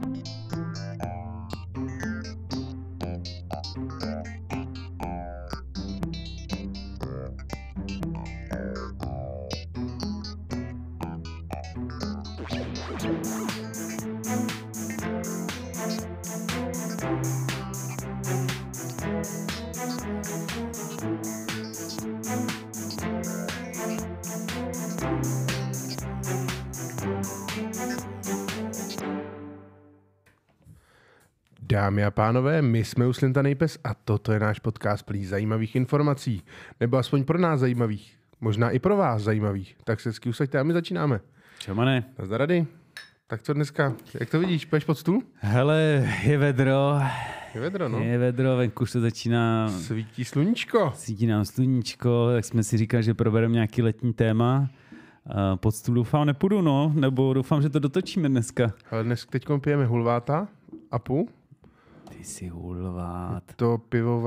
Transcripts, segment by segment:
Dámy a pánové, my jsme Uslinta Nejpes a toto je náš podcast plný zajímavých informací. Nebo aspoň pro nás zajímavých. Možná i pro vás zajímavých. Tak se hezky usaďte a my začínáme. Čau, Mane. Nazdar, Rady. Tak co dneska? Jak to vidíš? Půjdeš pod stůl? Hele, je vedro. Je vedro, no. Je vedro, venku už to začíná. Svítí sluníčko. Svítí nám sluníčko, tak jsme si říkali, že probereme nějaký letní téma. Pod stůl doufám nepůjdu, no. Nebo doufám, že to dotočíme dneska. Ale dnes teď pijeme hulváta a půl. Ty jsi hulvát. To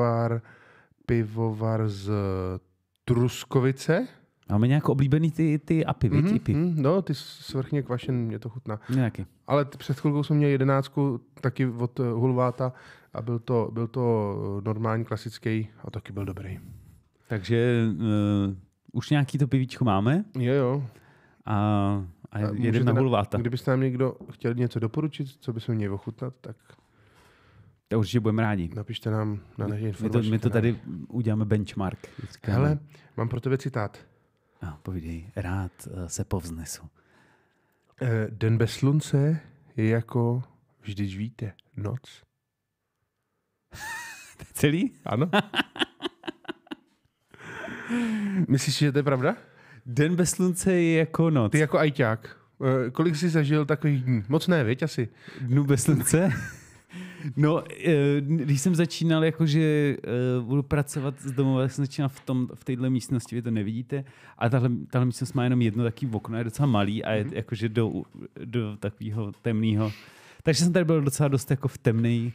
pivovar z Truskovice. Máme nějak oblíbený ty apy, víc? No, ty svrchně kvašen, mě to chutná. Nějaký. Ale před chvilkou jsem měl 11 taky od hulváta a byl to normální, klasický a taky byl dobrý. Takže už nějaký to pivíčko máme. Jo. A jedeme na hulváta. Kdybyste nám někdo chtěl něco doporučit, co bychom měli ochutnat, tak to určitě budeme rádi. Napište nám na naše informační My to tady uděláme benchmark. Hele, mám pro tebe citát. Povídej, rád se povznesu. Den bez slunce je jako, vždyť víte, noc. Celý? Ano. Myslíš, že to je pravda? Den bez slunce je jako noc. Ty jako ajťák. Kolik jsi zažil takových dní? Moc ne, viď asi? Dnů bez slunce? No, když jsem začínal, jakože budu pracovat z domova, tak jsem začínal v této místnosti, vy to nevidíte, a tahle místnost má jenom jedno takové okno, je docela malý a je jakože do takového temného. Takže jsem tady byl docela dost jako v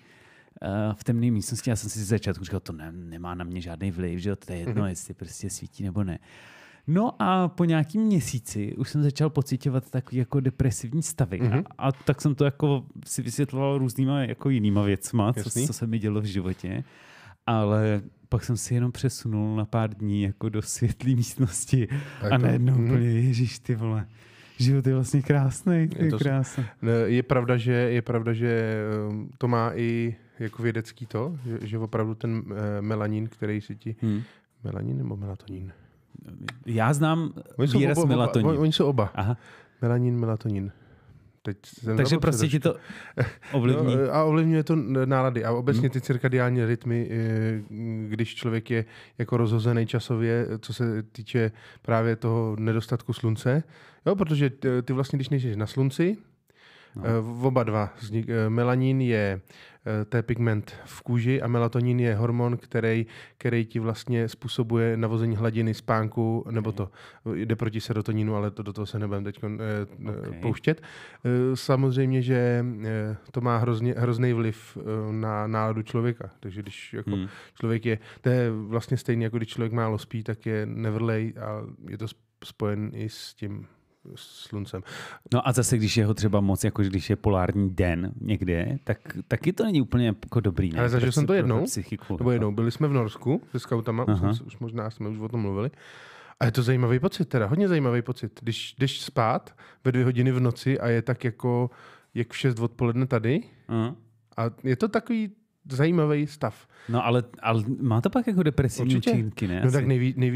temné místnosti. Já jsem si z začátku říkal, to nemá na mě žádný vliv, že to je jedno, jestli prostě svítí nebo ne. No a po nějakým měsíci už jsem začal pociťovat takový jako depresivní stavy. A tak jsem to jako si vysvětloval různýma jako jinýma věcma, co se mi dělo v životě. Ale pak jsem si jenom přesunul na pár dní jako do světlé místnosti a najednou úplně, ježiš, ty vole, život je vlastně krásný. Je pravda, že to má i jako vědecký to, že opravdu ten melanin, který si ti... Melanin nebo melatonin? Já znám výraz melatonin. Oni jsou oba. Aha. Melanin, melatonin. Takže prostě ti to ovlivní. No, a ovlivňuje to nálady. A obecně ty cirkadiální rytmy, když člověk je jako rozhozený časově, co se týče právě toho nedostatku slunce. Jo, protože ty vlastně, když nejsi na slunci, oba dva. Melanin je pigment v kůži a melatonin je hormon, který ti vlastně způsobuje navození hladiny spánku, nebo to jde proti serotoninu, ale do toho se nebudeme teď pouštět. Samozřejmě, že to má hrozný vliv na náladu člověka. Takže když jako člověk to je vlastně stejný, jako když člověk málo spí, tak je nevrlej a je to spojen i s tím sluncem. No a zase, když je ho třeba moc, jako když je polární den někde, tak taky to není úplně jako dobrý. Ne? Ale zažil jsem to jednou. Nebo jednou. Byli jsme v Norsku se skautama, už možná jsme už o tom mluvili. A je to zajímavý pocit teda, hodně zajímavý pocit. Když jdeš spát ve 2 hodiny v noci a je tak jako jak v 6 odpoledne tady a je to takový zajímavý stav. No ale má to pak jako depresivní účinky, ne? No tak nejvíc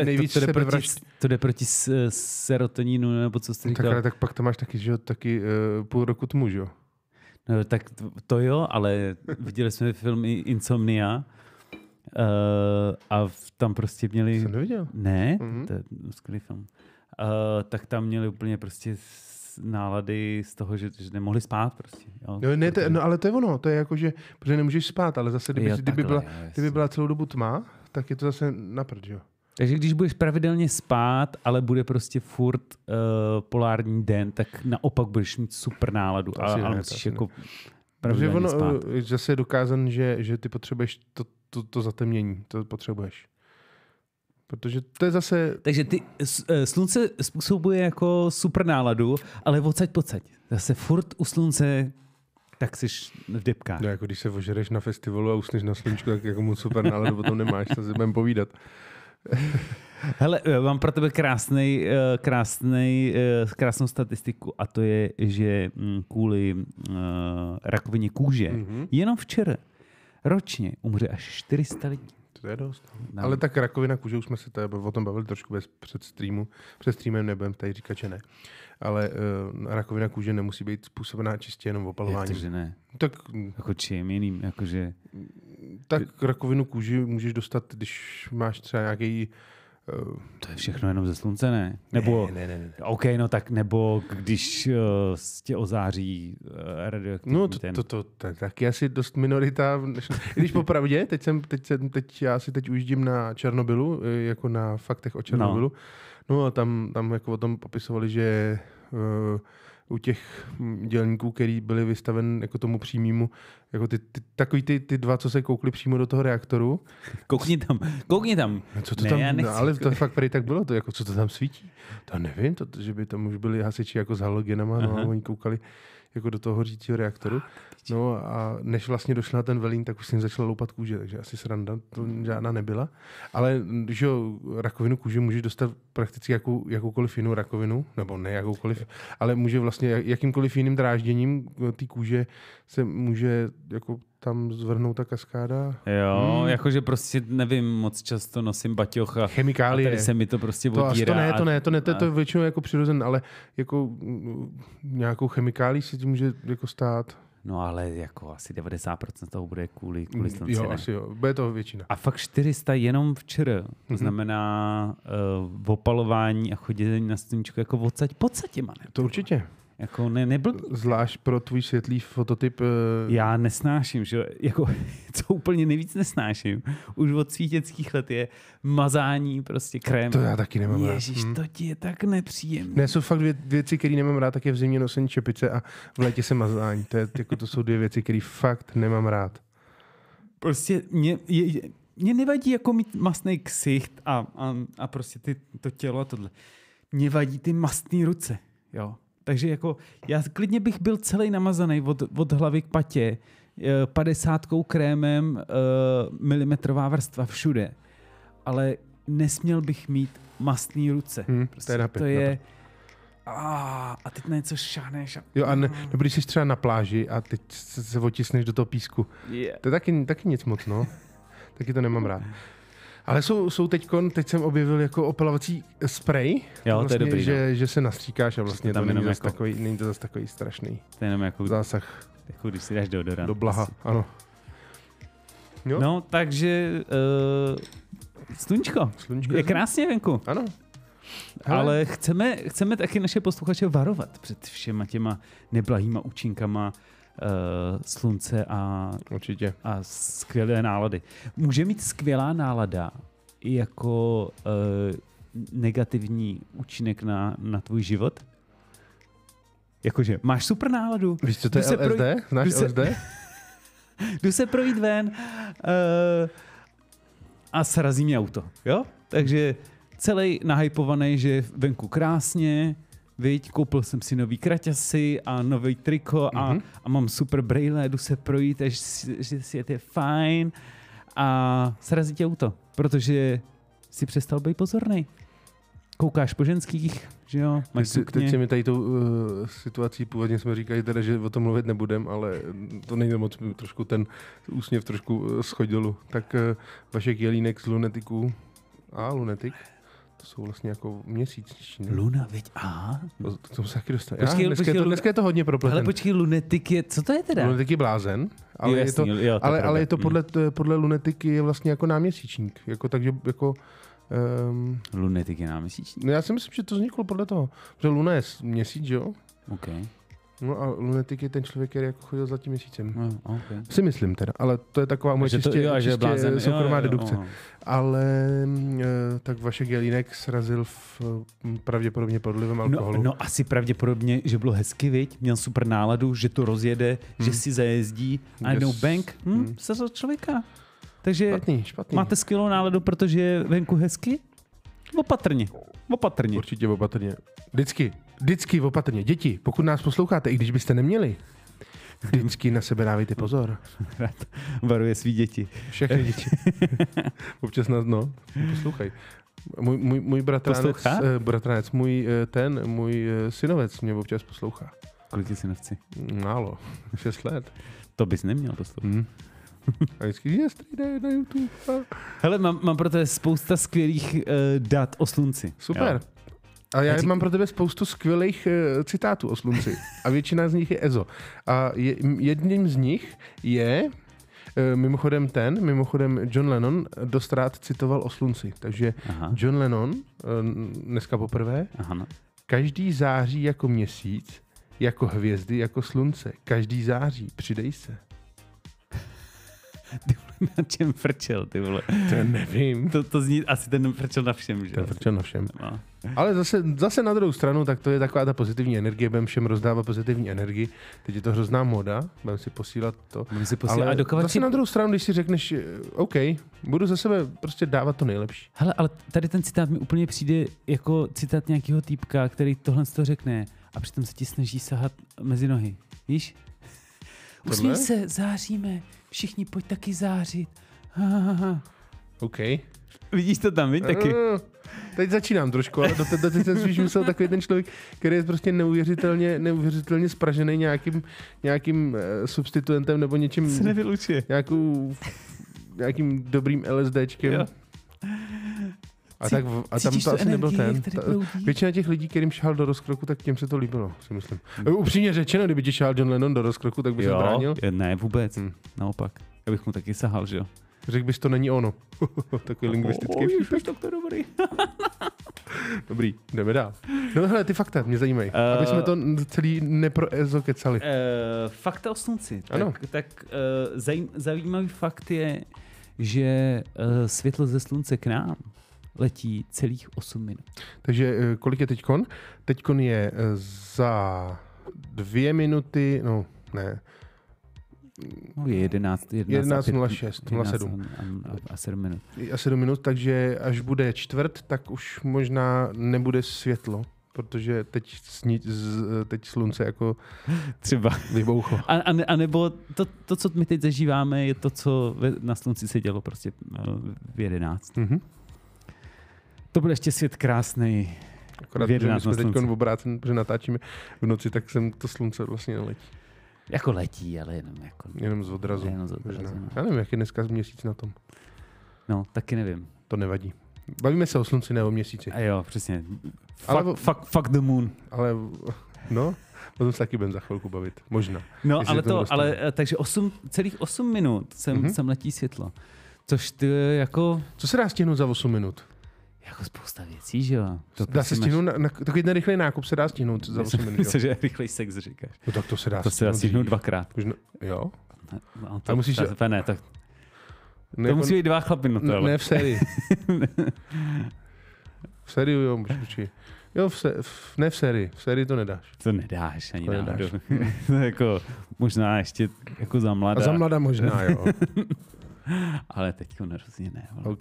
to jde proti serotoninu, nebo co jsi říkal? Tak pak to máš taky, že jo, taky půl roku tmu, že jo? No tak to jo, ale viděli jsme film Insomnia a tam prostě měli... Jsem neviděl. Ne? To je skvělý film. Tak tam měli úplně prostě nálady z toho, že nemohli spát prostě. Jo? Ale to je ono, to je jako, že protože nemůžeš spát, ale zase, kdyby byla celou dobu tma, tak je to zase na prd, jo. Takže když budeš pravidelně spát, ale bude prostě furt polární den, tak naopak budeš mít super náladu, ale musíš jako pravidelně spát. Zase je dokázan, že ty potřebuješ to zatemnění, to potřebuješ. Protože to je zase... Takže slunce způsobuje jako super náladu, ale odsaď pocať. Zase furt u slunce tak jsi v depkách. No, jako když se ožereš na festivalu a usneš na sluníčku, tak jako moc super náladu potom nemáš, to si budeme povídat. Hele, mám pro tebe krásnou statistiku a to je, že kvůli rakovině kůže jenom včera ročně umře až 400 lidí. To je dost. No. Ale tak rakovina kůže, už jsme se tady o tom bavili trošku před streamem nebudem tady říkat, že ne. Ale rakovina kůže nemusí být způsobená čistě jenom opalováním. Jak to, že ne? Tak, jako čím jiným? Jakože... Tak rakovinu kůži můžeš dostat, když máš třeba nějaký... To je všechno jenom ze slunce, ne? Nebo, ne. OK, no tak nebo když tě ozáří radioaktivní no to je taky asi dost minorita. Když popravdě, teď ujíždím na Černobylu, jako na faktech o Černobylu. No a tam jako o tom popisovali, že u těch dělníků, který byli vystaven jako tomu přímému, jako takový ty dva, co se koukli přímo do toho reaktoru. Koukni tam. Co to tam, ale to fakt prý tak bylo, to jako, co to tam svítí? To nevím, že by tam už byli hasiči jako s halogenama, no a oni koukali jako do toho hořícího reaktoru. No a než vlastně došla na ten velín, tak už jsem začala loupat kůže, takže asi sranda to žádná nebyla. Ale když rakovinu kůže můžeš dostat prakticky jakoukoliv jinou rakovinu, nebo ne jakoukoliv, ale může vlastně jakýmkoliv jiným drážděním té kůže se může jako tam zvrhnout ta kaskáda. Jo, jakože prostě nevím, moc často nosím baťoch a chemikálie. A tady se mi to prostě otírá. To je většinou jako přirozen, ale jako nějakou chemikálí se tím může jako stát. No ale jako asi 90% toho bude kvůli slunci. Jo, asi jo. Bude toho většina. A fakt 400 jenom včera. To znamená opalování a chodění na sluníčku jako podstatě, mane. To určitě. Jako nebyl... Zvlášť pro tvůj světlý fototyp. Já nesnáším, že jako, co úplně nejvíc nesnáším, už od svých dětských let je mazání prostě krémem. To já taky nemám rád. Ježiš, to ti je tak nepříjemné. Ne, jsou fakt věci, které nemám rád, tak je v zimě nosení čepice a v létě se mazání. To jsou dvě věci, které fakt nemám rád. Prostě mě nevadí jako mít mastný ksicht a prostě to tělo a tohle. Mě vadí ty mastné ruce, jo. Takže jako já klidně bych byl celý namazaný od hlavy k patě 50 krémem, milimetrová vrstva všude. Ale nesměl bych mít mastný ruce. Prostě to je a teď na něco šáneš. Jo, a nebo když jsi třeba na pláži a teď se otisneš do toho písku. Yeah. To je taky nic moc, no. Taky to nemám rád. Ale jsou teď jsem objevil jako opalovací spray, jo, vlastně, to je dobrý, že se nastříkáš a vlastně to není to zase takový strašný to je jenom jako zásah. Jako když si dáš deodorant. Do blaha, ano. Jo? No, takže sluníčko je krásně venku. Ano. Ale chceme taky naše posluchače varovat před všema těma neblahýma účinkama slunce a skvělé nálady. Může mít skvělá nálada i jako negativní účinek na tvůj život? Jakože máš super náladu. Víš, co to je LSD? Znáš LSD? Jdu se projít ven a srazí mě auto. Jo? Takže celý nahypovaný, že venku krásně, viď, koupil jsem si nový kraťasy a nový triko a mám super brejle, jdu se projít, že svět je fajn a srazí tě auto, protože si přestal být pozornej. Koukáš po ženských, že jo, máš sukně. Teď se mi tady tou situací, původně jsme říkali teda, že o tom mluvit nebudem, ale to nejde moc, trošku ten úsměv trošku schodil dolů. Tak Vašek Jelínek z Lunetiků a Lunetik. To jsou vlastně jako měsíční. Luna, viď? Aha. To se taky dostane. Dneska je to hodně propletené. Ale počkej, Lunetik je, co to je teda? Lunetik je blázen, ale, ale je to podle Lunetiky je vlastně jako náměsíčník. Jako, takže jako... Lunetik je náměsíčník? No já si myslím, že to vzniklo podle toho. Protože Luna je měsíc, jo? Okay. No a Lunetik je ten člověk, který jako chodil za tím měsícem. Okay. Si myslím teda, ale to je taková moje čistě soukromá dedukce. Ale tak Vašek Jelínek srazil pravděpodobně pod vlivem alkoholu. No asi pravděpodobně, že bylo hezky, viď? Měl super náladu, že to rozjede, že si zajezdí a jednou bang, srazil člověka. Takže špatný. Máte skvělou náladu, protože je venku hezky? Opatrně. Určitě opatrně. Vždycky opatrně. Děti, pokud nás posloucháte, i když byste neměli, Vždycky na sebe dávejte pozor. Varuje svý děti. Všechny děti. Občas nás, poslouchaj. Můj bratranec, můj synovec mě občas poslouchá. Kolik je synovci? Málo, 6 let. To bys neměl poslouchat. A vždycky je strýde na YouTube. Hele, mám pro tebe spousta skvělých dat o slunci. Super. Jo. A já mám pro tebe spoustu skvělých citátů o slunci. A většina z nich je EZO. A jedním z nich je mimochodem John Lennon dost rád citoval o slunci. Takže John Lennon dneska poprvé. Každý září jako měsíc, jako hvězdy, jako slunce. Každý září, přidej se. Ty vole, na čem frčel, ty vole? To nevím. To zní asi ten frčel na všem, že? Ten frčel na všem. No. Ale zase na druhou stranu, tak to je taková ta pozitivní energie, budeme všem rozdávat pozitivní energii. Teď je to hrozná moda, budeme si posílat to. Ale zase na druhou stranu, když si řekneš, OK, budu za sebe prostě dávat to nejlepší. Hele, ale tady ten citát mi úplně přijde jako citát nějakého týpka, který tohle z toho řekne a přitom se ti snaží sahat mezi nohy. Víš? Usmíj se, záříme. Všichni pojď taky zářit. OK. Vidíš to tam, vidíš taky? Teď začínám trošku, ale doteď jsem spíš myslel takový ten člověk, který je prostě neuvěřitelně spražený nějakým substituentem nebo něčím. Se nevylučuje. Nějakým dobrým LSDčkem. Jo. A tam to asi nebyl ten. Většina těch lidí, kterým šahal do rozkroku, tak těm se to líbilo, si myslím. Upřímně řečeno, kdyby ti šahal John Lennon do rozkroku, tak by se bránil? Ne, vůbec. Naopak. Já bych mu taky sahal, že jo? Řekl bys, to není ono. Takový lingvistický vtipek. To dobrý. Dobrý, jdeme dál. No hele, ty fakta mě zajímají. Aby jsme to celý neproezo kecali. Fakta o slunci. Ano. Tak zajímavý fakt je, že světlo ze slunce k nám letí celých 8 minut. Takže kolik je teďkon? Teďkon je za 2 minuty, je 11:06, a 7 minut. A 7 minut, takže až bude čtvrt, tak už možná nebude světlo, protože teď slunce jako třeba vybouchlo. A nebo to, co my teď zažíváme, je to, co na slunci se dělo prostě v 11. Mm-hmm. To byl ještě svět krásnej. Akorát, že my jsme teď obrácen, protože natáčíme v noci, tak sem to slunce vlastně neletí. Jako letí, ale jenom z odrazu. Já nevím, jak je dneska měsíc na tom. No, taky nevím. To nevadí. Bavíme se o slunci, ne o měsíci. A jo, přesně. Fuck the moon. Ale, o tom se taky budeme za chvilku bavit. Možná. No, takže celých 8 minut sem letí světlo. Což ty jako... Co se dá stihnout za 8 minut? Jako spousta věcí, že jo? Dá se stihnout, takový ten rychlej nákup se dá stihnout za 8 minut. Myslím, že rychlej sex říkáš. No tak to se dá stihnout 2krát. Jo? No, to musíš... Ne, tak... To musí být 2 chlapy na to. Ne v sérii. V sérii jo, určitě. Jo, ne v sérii. V sérii to nedáš. To nedáš ani náhodou. Jako, možná ještě jako za mladá. A za mladá možná, jo. Ale teďko nerozně ne. OK.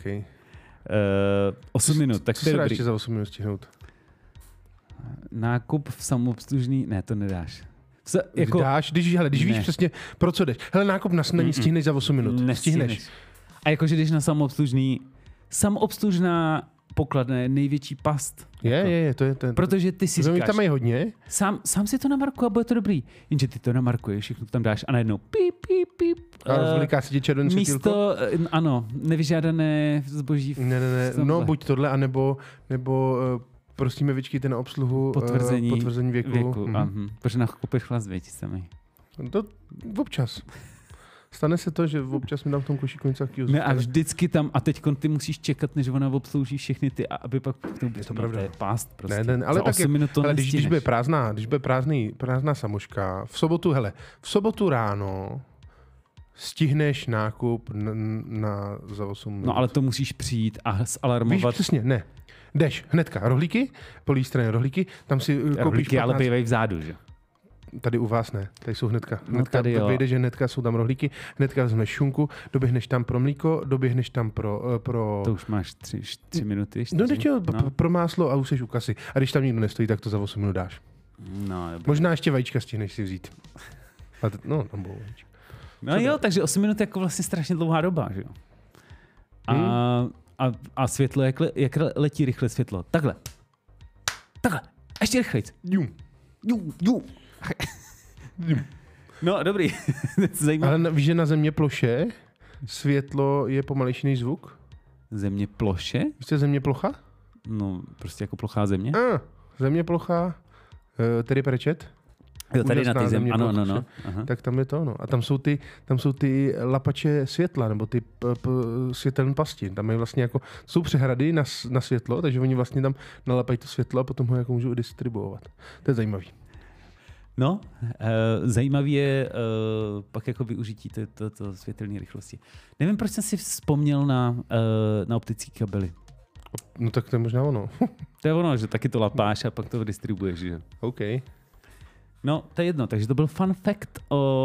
8 minut, tak co se dá ještě za 8 minut stihnout? Nákup v samoobslužný, ne, to nedáš. Dáš, když víš přesně, pro co jdeš. Hele, nákup na snídaní stihneš za 8 minut. Nestihneš. A jakože jdeš na samoobslužná pokladna je největší past. Je, to je ten. Protože ty si říkáš, tam mají hodně. Sám si to namarkuj a bude to dobrý. Jenže ty to namarkuješ, všechno tam dáš a najednou píp. A rozvoliká se ti červený světýlko? Místo, ano, nevyžádané zboží. Ne, buď tohle, anebo prosíme vyčkejte na obsluhu potvrzení věku. Protože nakupuješ chlast, věď sami. To občas. Stane se to, že občas mi dám v tom košíku něco takového. Ne, a vždycky tam, a teď ty musíš čekat, než ona obslouží všechny ty, aby pak je to pravda. To je pást prostě. Ne, ale tak když bude prázdná samoška, v sobotu ráno stihneš nákup za 8 minut. No ale to musíš přijít a zalarmovat. Víš přesně, ne. Jdeš hnedka, rohlíky, po levé straně rohlíky, tam si koupíš rohlíky, ale bývají vzadu, že? Tady u vás ne, tady jsou hnedka. Vyjde, že hnedka jsou tam rohlíky, hnedka vezmeš šunku, doběhneš tam pro mlíko, doběhneš tam pro... To už máš 3 minuty. Pro máslo a už jsi u kasy. A když tam nikdo nestojí, tak to za 8 minut dáš. No, možná ještě vajíčka stihneš si vzít. No, tam bylo. No jo, takže 8 minut je jako vlastně strašně dlouhá doba, že jo? A světlo, jak letí rychle světlo? Takhle. Ještě rychlejc. No, dobrý. Ale víš, že na země ploše světlo je pomalejší než zvuk? Země ploše? Víte země plocha? No, prostě jako plochá země. Země plocha, tedy prečet. Jo, tady na té zemi, ano. Tak tam je to, no. A tam jsou ty lapače světla, nebo ty světelné pasti. Tam je vlastně jako, jsou přehrady na světlo, takže oni vlastně tam nalapají to světlo a potom ho jako můžou distribuovat. To je zajímavý. No, zajímavý je pak jako využití to světelné rychlosti. Nevím, proč jsem si vzpomněl na optické kabely. No tak to je možná ono. To je ono, že taky to lapáš a pak to distribuuješ, že jo? OK. No, to je jedno. Takže to byl fun fact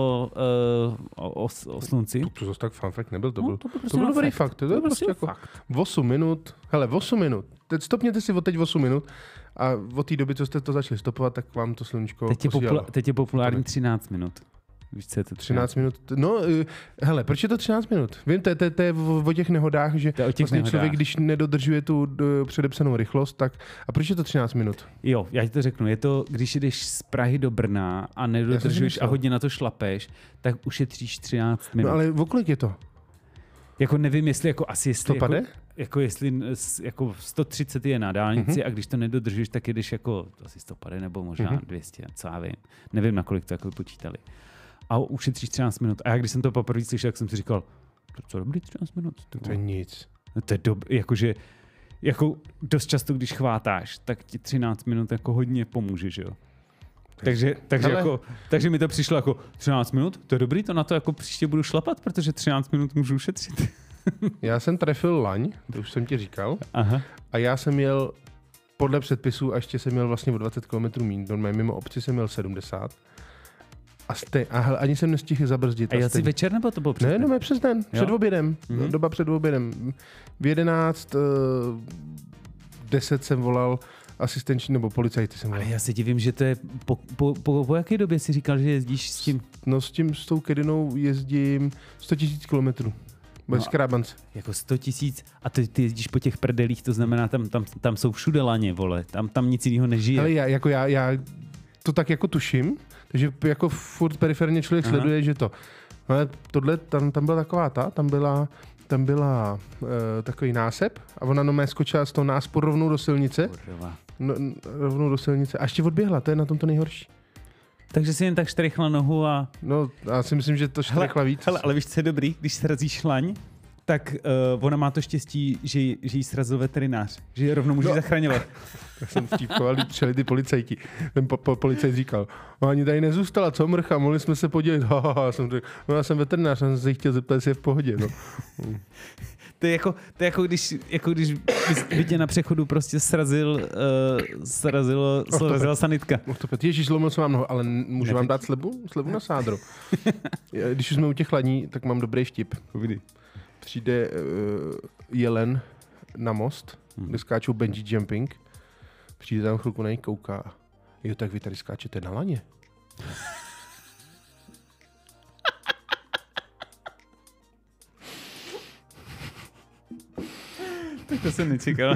o slunci. To zase tak fun fact nebyl. To byl prostě dobrý fakt. To byl prostě jako fakt. 8 minut. Hele, 8 minut. Teď stopněte si teď 8 minut a od té doby, co jste to začali stopovat, tak vám to sluníčko posílalo. Teď je populární 13 minut. Víš, co je to 13 minut. No, hele, proč je to 13 minut? Vím, to je o těch nehodách, že vlastně člověk, když nedodržuje tu předepsanou rychlost, tak a proč je to 13 minut? Jo, já ti to řeknu. Je to, když jdeš z Prahy do Brna a nedodržuješ a hodně na to šlapeš, tak ušetříš 13 minut. No ale o kolik je to? Jako nevím, jestli to pade? Jako jestli jako 130 je na dálnici a když to nedodržuješ, tak jdeš jako asi 150 nebo možná 200, co já vím. Nevím, na kolik to jako počítali. A ušetříš 13 minut. A já když jsem to poprvé slyšel, tak jsem si říkal, co dobrý 13 minut? To je nic. No to je jakože jako dost často, když chvátáš, tak ti 13 minut jako hodně pomůže, že jo? Takže mi to přišlo jako 13 minut, to je dobrý, to na to jako příště budu šlapat, protože 13 minut můžu ušetřit. Já jsem trefil laň, to už jsem ti říkal. Aha. A já jsem jel podle předpisů a ještě jsem měl vlastně o 20 km míň. Mimo obci jsem měl 70. A hele, ani jsem nestihl zabrzdit. A jel jsi večer, nebo to bylo přes den? Ne, přes den. Před obědem. Doba před obědem. V 11:10 jsem volal asistenční nebo policajty jsem volal. Ale já se divím, že to je po jaké době si říkal, že jezdíš s tím? No s tou Kedinou jezdím 100 000 kilometrů. Bez Krábance. Jako 100 000 a ty jezdíš po těch prdelích, to znamená, tam jsou všude laně, vole. Tam nic jiného nežije. Ale já to tak jako tuším, takže jako furt periferně člověk sleduje, že to. Ale tohle, tam byla taková tam byla takový násep a ona nomé skočila z toho náspu rovnou do silnice. Rovnou do silnice a ještě odběhla, to je na tom to nejhorší. Takže si jen tak štrechla nohu a... No, já si myslím, že to štrechla víc. Hele, ale víš, co je dobrý? Když srazíš laň, tak ona má to štěstí, že jí srazil veterinář. Že ji rovnou může zachraňovat. Já jsem vtipkoval, když přijeli ty policajti. Ten policajt říkal, no ani tady nezůstala, co mrcha, mohli jsme se podělit. Já jsem veterinář, jsem se jí chtěl zeptat, jestli je v pohodě. No. To je jako když by tě na přechodu prostě srazila sanitka. Ježíš, zlomil jsem vám nohu, ale můžu vám dát slevu na sádro. Když už jsme u těch laní, tak mám dobrý štip. Přijde jelen na most, kde skáčou bungee jumping. Přijde tam chvilku na něj, kouká. Jo, tak vy tady skáčete na laně. Tak to jsem nečekal.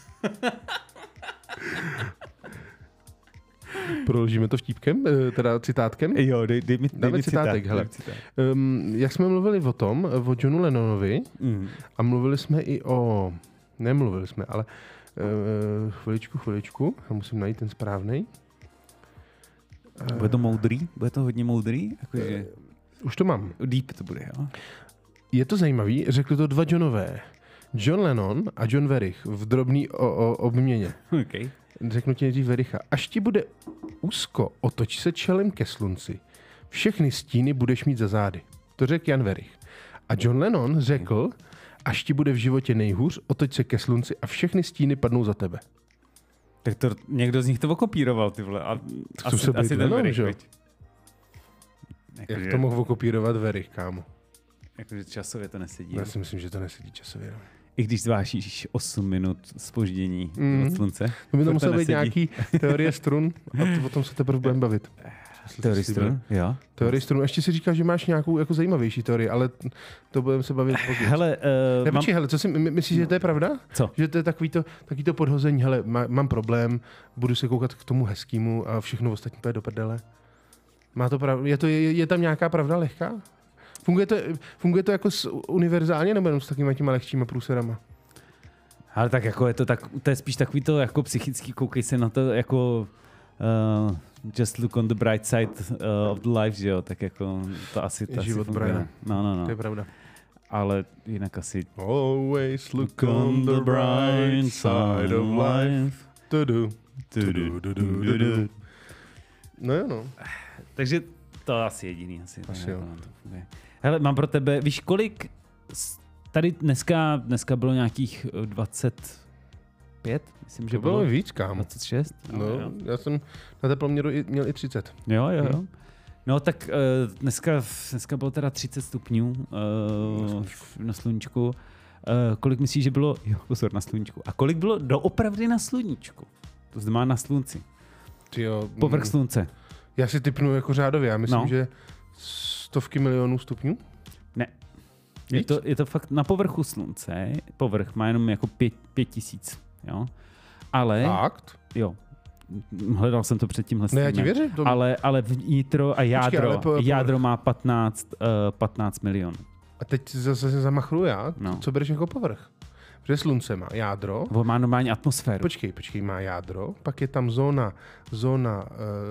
Proložíme to vtípkem, teda citátkem? Jo, dej mi citátek. Hele. Jak jsme mluvili o tom, o Johnu Lennonovi, a mluvili jsme i o... Nemluvili jsme, ale chviličku, já musím najít ten správnej. Bude to moudrý? Bude to hodně moudrý? Jakože... Už to mám. Deep to bude, jo? Je to zajímavý, řekli to dva Johnové. John Lennon a John Werich v drobný obměně. Okay. Řeknu ti nejdřív Wericha. Až ti bude úzko, otoč se čelem ke slunci. Všechny stíny budeš mít za zády. To řekl Jan Werich. A John Lennon řekl, až ti bude v životě nejhůř, otoč se ke slunci a všechny stíny padnou za tebe. Tak to někdo z nich to okopíroval, ty vole. Asi ten Werich, veď. Jak to mohl okopírovat Werich, kámo? Jakože časově to nesedí. Já si myslím, že to nesedí časově. I když zvážíš 8 minut zpoždění od slunce. To by to muselo být nějaký teorie strun a o tom se teprve budeme bavit. Teorii strun, jo. Teorii strun. Ještě si říkáš, že máš nějakou jako zajímavější teorii, ale to budeme se bavit později. Hele, hele, co si myslíš, že to je pravda? Co? Že to je takový to podhození, hele, mám problém, budu se koukat k tomu hezkýmu a všechno ostatní to je do prdele. Má to pravdu? Je tam nějaká pravda lehká? Funguje to jako univerzálně, nebo jenom s takovýma těma lehčíma průserama? Ale tak jako to je spíš takový to jako psychický, koukej se na to jako just look on the bright side of the life, že jo, tak jako to asi funguje. No. To je pravda. Ale jinak asi always look on the bright side of life. No jo, no. Takže to asi jediný. Asi jo. Hele, mám pro tebe, víš kolik, tady dneska bylo nějakých 25, myslím, že to bylo víc, kámo. 26? No, já jsem na teploměru měl i 30. Jo. No tak dneska bylo teda 30 stupňů na sluníčku. Kolik myslíš, že bylo, pozor, na sluníčku. A kolik bylo doopravdy na sluníčku? To znamená na slunci. Povrch slunce. Já si tipnu jako řádově, já myslím, že stovky milionů stupňů? Ne. Je to fakt na povrchu slunce. Povrch má jenom jako 5000, jo. Ale... Fakt? Jo. Hledal jsem to před tímhle streamem. Ne, já ti věřím. Ale vnitro a jádro, jádro má 15 milionů. A teď zase se zamachnu já. No. Co bereš jako povrch? Protože slunce má jádro. Má normální atmosféru. Počkej, má jádro, pak je tam zóna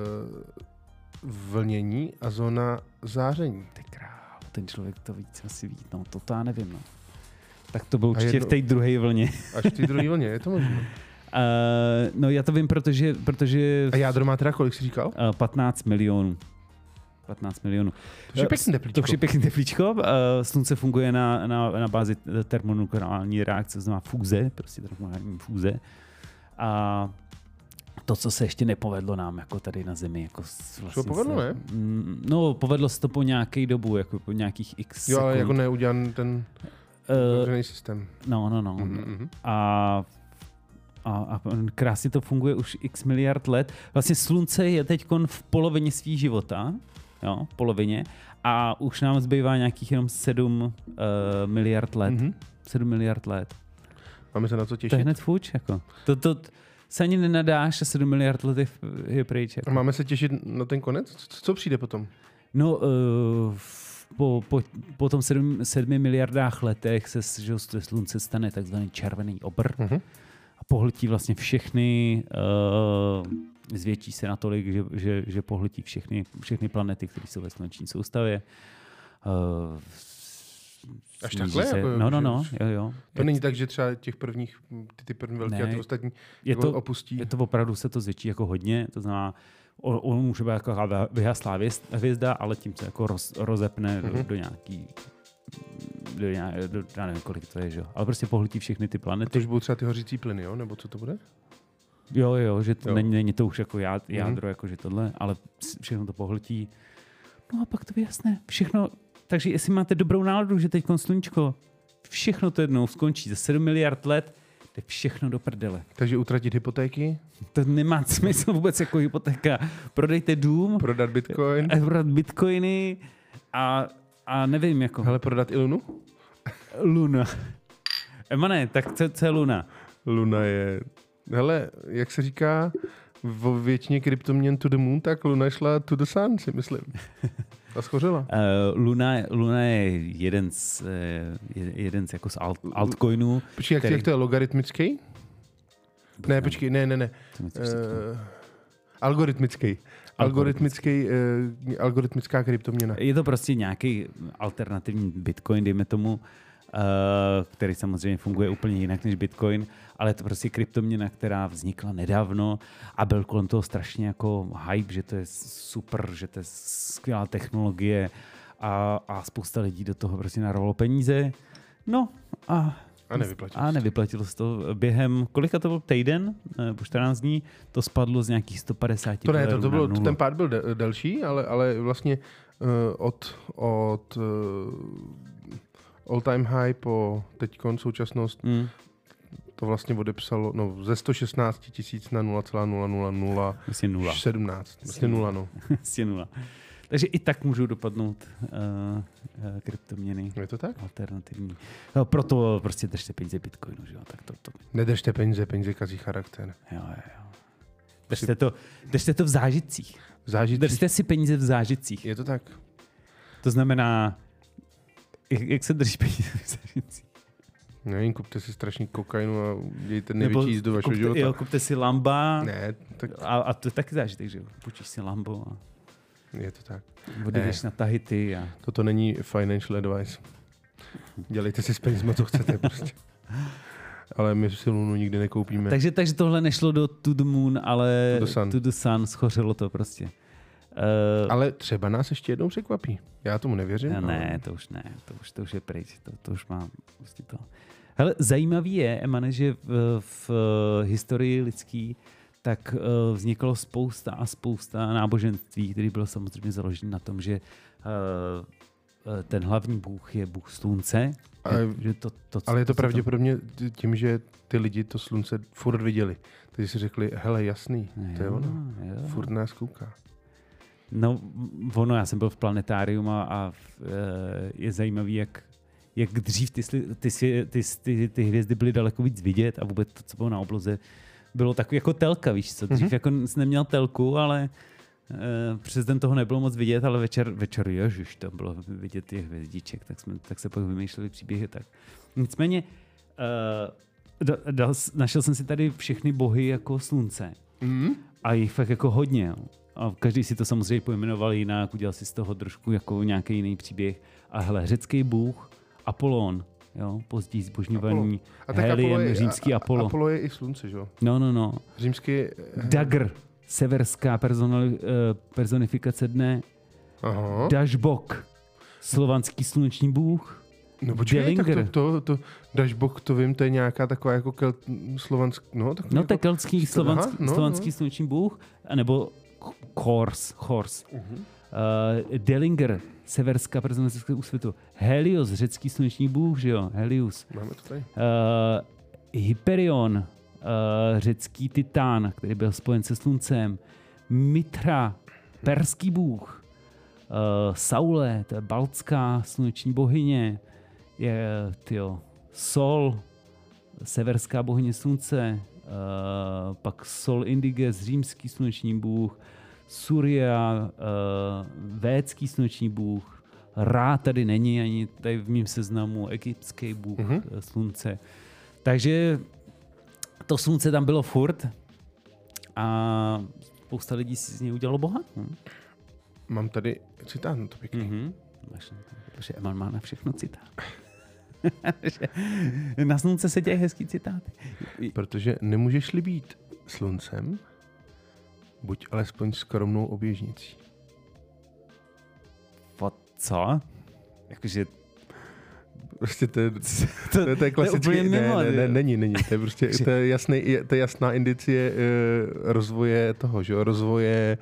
vlnění a zóna záření. Ty krávo, ten člověk to víc asi ví, no to já nevím, no. Tak to bylo určitě v té druhé vlně. Až v té druhé vlně, je to možné. No já to vím, protože... A jádro má teda kolik jsi říkal? 15 milionů. 15 milionů. To je pěkný teplíčko. To je pěkný teplíčko. Slunce funguje na bázi termonukleární reakce, to znamená fúze, prostě termonukleární fúze. A to, co se ještě nepovedlo nám, jako tady na Zemi. Jako vlastně povedlo, ne? No, povedlo se to po nějaké dobu, jako po nějakých x sekund. Jo, ale jako neudělan ten otevřený systém. No. Mm-hmm. A krásně to funguje už x miliard let. Vlastně slunce je teď v polovině svých života, jo, polovině, a už nám zbývá nějakých jenom 7 miliard let. Mm-hmm. 7 miliard let. Máme se na co těšit. To je hned fuč, jako. To se ani nenadáš a 7 miliard let je pryč. Jako. A máme se těšit na ten konec? Co přijde potom? No, po tom 7 miliardách letech se slunce stane takzvaný červený obr. Mm-hmm. A pohltí vlastně všechny, zvětší se natolik, že pohltí všechny planety, které jsou ve sluneční soustavě. Až takhle? Se, jako, no, jo. To není tak, že třeba ty první velké a ty ostatní opustí? Je to opravdu, se to zvětší jako hodně, to znamená, on může být jako vyhaslá hvězda, ale tím se jako rozepne do nějaký... já nevím, kolik to je, že? Ale prostě pohltí všechny ty planety. A to už budou třeba ty hořící plyny, jo? Nebo co to bude? Jo, že to není to už jako jádro, jako že tohle, ale všechno to pohltí. No a pak to vyjasne. Všechno. Takže jestli máte dobrou náladu, že teď sluníčko, všechno to jednou skončí za 7 miliard let, jde všechno do prdele. Takže utratit hypotéky? To nemá smysl vůbec jako hypotéka. Prodejte dům. Prodat bitcoin. Prodat bitcoiny a nevím, jako... Hele, prodat i Lunu? Luna. Emane, tak co je Luna? Luna je... Hele, jak se říká vo většině kryptoměn to the moon, tak Luna šla to the sun, si myslím. A schořela. Luna je jeden z jako z altcoinů. Počkej, jak to je logaritmický? Ne, počkej, ne. Algoritmický. Algoritmická kryptoměna. Je to prostě nějaký alternativní bitcoin, dejme tomu, který samozřejmě funguje úplně jinak než bitcoin, ale je to prostě kryptoměna, která vznikla nedávno a byl kolem toho strašně jako hype, že to je super, že to je skvělá technologie a spousta lidí do toho prostě narovalo peníze. No a nevyplatilo se to. Během, kolika to byl týden, po 14 dní, to spadlo z nějakých 150 to ne, to bylo, ten pád byl delší, ale vlastně od all time high po teďkon současnost to vlastně odepsalo, no ze 116 000 na 0,00017. Vlastně 0, no. Vlastně 0. Takže i tak můžou dopadnout kryptoměny. Je to tak? Alternativní. No, proto prostě držte peníze Bitcoinu, že jo? Tak to. Nedržte peníze kazí charakter. Jo. Držte to v zážitcích. Držte si peníze v zážitcích. Je to tak. To znamená, jak se drží peníze v zážitcích? Nevím, kupte si strašný kokainu a dějte největší jízdu vašeho života. Jo, kupte si Lamba. Ne, tak... A to je taky zážitek, že jo? Půjčíš si Lambo a... Je to tak. Odjdeš na Tahiti a... Toto není financial advice. Dělejte si s penězma, co chcete prostě. Ale my si Lunu nikdy nekoupíme. Takže tohle nešlo do To the Moon, ale To the Sun, schořelo to prostě. Ale třeba nás ještě jednou překvapí. Já tomu nevěřím. Ne, to už ne. To už je pryč. To už má prostě to. Hele, zajímavý je, Emane, že v historii lidský tak vzniklo spousta náboženství, který bylo samozřejmě založen na tom, že ten hlavní bůh je bůh slunce. Ale je to pravděpodobně tím, že ty lidi to slunce furt viděli. Takže si řekli, hele, jasný, to je ono. Furt nás kouká. No, já jsem byl v planetárium a je zajímavý, jak dřív ty hvězdy byly daleko víc vidět a vůbec to, co bylo na obloze, bylo takový jako telka, víš co? Dřív jako jsi neměl telku, ale přes den toho nebylo moc vidět, ale večer ježiš, to bylo vidět těch hvězdiček, tak se pak vymýšleli příběhy tak. Nicméně našel jsem si tady všechny bohy jako slunce. A jich fakt jako hodně. Jo. A každý si to samozřejmě pojmenoval jinak, udělal si z toho trošku jako nějaký jiný příběh. A hele, řecký bůh Apollon, jo, později zbožňovaný Heliem, římský Apollo. Apollo je i slunce, že jo? No. Římský... Dagr, severská personifikace dne. Aha. Dashbok, slovanský sluneční bůh. No počkej, tak to Dashbok, to vím, to je nějaká taková jako slovanský... No, to je keltský slovanský sluneční bůh, nebo Horse. Dellinger, severská personifikace úsvitu. Helios, řecký sluneční bůh, že jo? Helios. Máme to tady. Hyperion, řecký titán, který byl spojen se sluncem. Mitra, perský bůh. Saule, to je baltská sluneční bohyně. Sol, severská bohyně slunce. Pak Sol Indiges, římský sluneční bůh. Surya, védský sluneční bůh. Ra tady není ani tady v mém seznamu, egyptský bůh slunce. Takže to slunce tam bylo furt a spousta lidí si z něj udělalo boha. Mám tady citát, no to pěkný. Protože Eman má na všechno citát. Na slunce se dějí hezký citáty. Protože nemůžeš-li být sluncem, buď alespoň skromnou oběžnicí. Co? Jakože... Prostě to je klasický... Není. To je prostě to je jasná indicie rozvoje toho, že? Rozvoje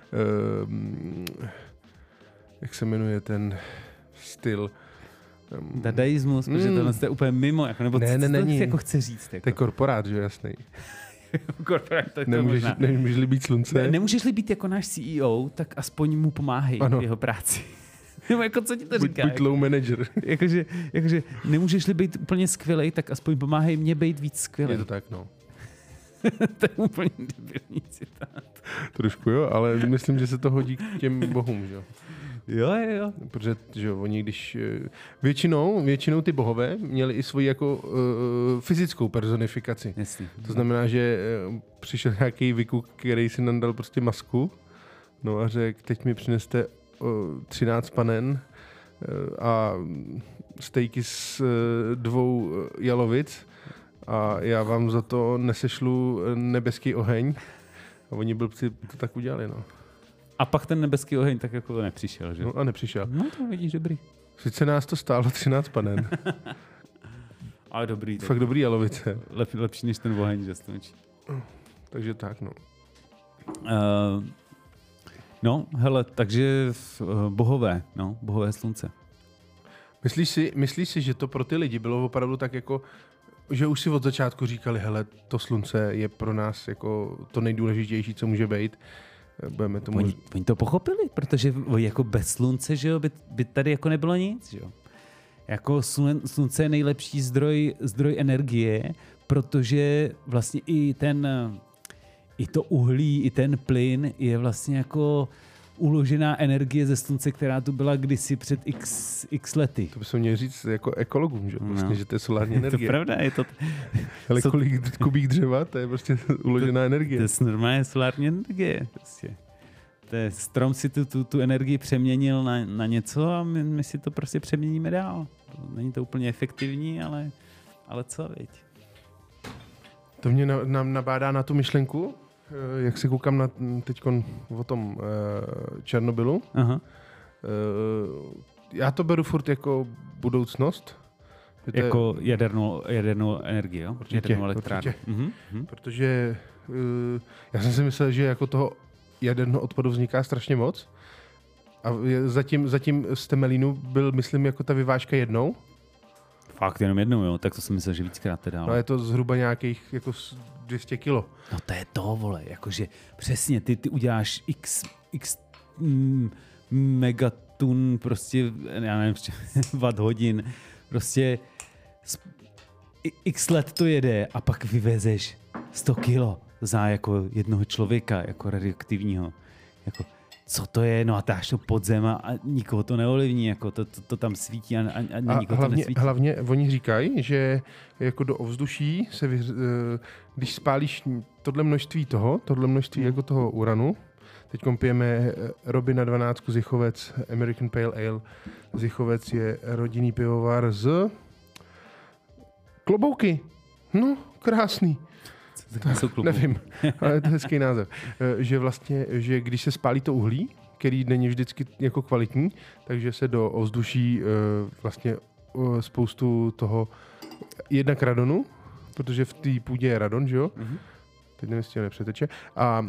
jak se jmenuje ten styl? Dadaismus, protože tohle je úplně mimo. Jako, nebo není. Jako chce říct. Jako. To je korporát, že jasný. Korporát, to nemůžeš-li být slunce. Nemůžeš-li být jako náš CEO, tak aspoň mu pomáhej v jeho práci. Nebo jako co ti to říká? Buď low manager. jakože nemůžeš-li být úplně skvělej, tak aspoň pomáhej mě být víc skvělej. Je to tak, no. To je úplně debilní citát. Trošku jo, ale myslím, že se to hodí k těm bohům, že jo. Jo. Protože že oni když... Většinou ty bohové měli i svoji jako fyzickou personifikaci. Jasně. To znamená, že přišel nějaký Vikuk, který si nandal prostě masku, no a řekl, teď mi přineste 13 panen a stejky z 2 jalovic a já vám za to nesešlu nebeský oheň. A oni blbci to tak udělali, no. A pak ten nebeský oheň tak jako nepřišel, že? No a nepřišel. No to vidíš, dobrý. Sice nás to stálo 13 panen. Ale dobrý. Fakt dobrý jalovice. Lepší než ten oheň, že stončí. Takže tak, no. No, hele, takže bohové slunce. Myslíš si, že to pro ty lidi bylo opravdu tak jako že už si od začátku říkali, hele, to slunce je pro nás jako to nejdůležitější, co může být. Budeme tomu... Oni to pochopili, protože jako bez slunce, že jo, by tady jako nebylo nic, že jo. Jako slunce je nejlepší zdroj energie, protože vlastně i to uhlí, i ten plyn je vlastně jako uložená energie ze slunce, která tu byla kdysi před x lety. To bychom měli říct jako ekologům, že? Vlastně, že to je solární energie. To pravda, je to... Ale kolik kubík dřeva, to je prostě uložená energie. To je normálně solární energie. Prostě. Strom si tu energii přeměnil na něco a my si to prostě přeměníme dál. Není to úplně efektivní, ale co, viď? To mě nabádá na tu myšlenku, jak se koukám na teďkon o tom Černobylu. Aha. Já to beru furt jako budoucnost. Jako jadernou energii, jo? Jadernou elektrárnu. Protože já jsem si myslel, že jako toho jaderného odpadu vzniká strašně moc. A zatím z Temelínu byl, myslím, jako ta vyvážka jednou. Fakt jenom jednou, jo? Tak to jsem myslel, že víckrát teda. No je to zhruba nějakých jako 200 kilo. No to je to, vole, jakože přesně, ty uděláš x megatun, prostě, já nevím, watt hodin, prostě x let to jede a pak vyvezeš 100 kilo za jako jednoho člověka, jako radioaktivního. Jako, co to je? No a dáš to pod zem a nikoho to neovlivní, jako to tam svítí a nikoho to nesvítí. Hlavně oni říkají, že jako do ovzduší se když spálíš tohle množství jako toho uranu, teď pijeme Robina 12 z Jichovec, American Pale Ale. Z Jichovec je rodinný pivovar z Klobouky. No, krásný. Nevím, ale to je hezký název. Že vlastně, že když se spálí to uhlí, který není vždycky jako kvalitní, takže se do ovzduší vlastně spoustu toho jednak radonu, protože v té půdě je radon, že jo? Mm-hmm. Teď nevím, jestli nepřeteče. A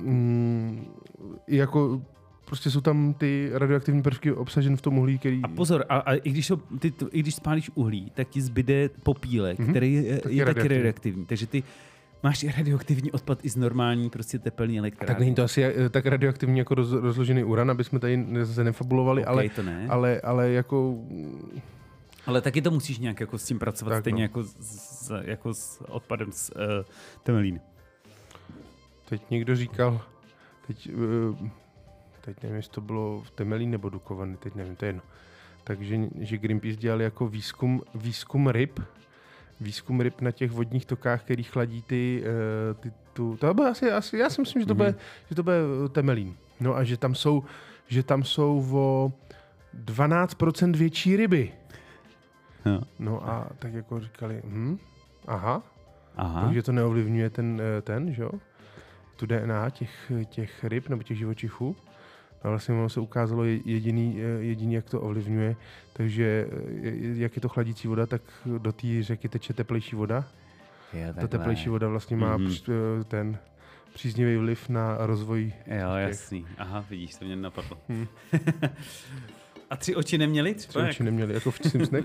jako prostě jsou tam ty radioaktivní prvky obsaženy v tom uhlí, který... A pozor, a i když spálíš uhlí, tak ti zbyde popílek, který je taky radioaktivní. Takže ty máš i radioaktivní odpad i z normální prostě tepelní elektrárny. Tak není to asi tak radioaktivní jako rozložený uran, aby jsme tady se nefabulovali, okay, to ne. ale jako... Ale taky to musíš nějak jako s tím pracovat, tak stejně no. jako s odpadem z Temelín. Teď někdo říkal, teď nevím, jestli to bylo v Temelín nebo Dukovany, teď nevím, to je jedno. Takže že Greenpeace dělal jako výzkum ryb na těch vodních tokách, který chladí to bude asi, já si myslím, že to bude Temelín. No a že tam jsou o 12% větší ryby. No a tak jako říkali, aha. Takže to neovlivňuje ten, že jo? Tu DNA těch ryb nebo těch živočichů. A vlastně ono se ukázalo jediný, jak to ovlivňuje. Takže jak je to chladící voda, tak do té řeky teče teplejší voda. Ta teplejší voda vlastně má ten příznivý vliv na rozvoj. Jo, jasný. Aha, vidíš, to mě napadlo. A 3 oči neměli? 3 oči neměli, jako v Simpsonech.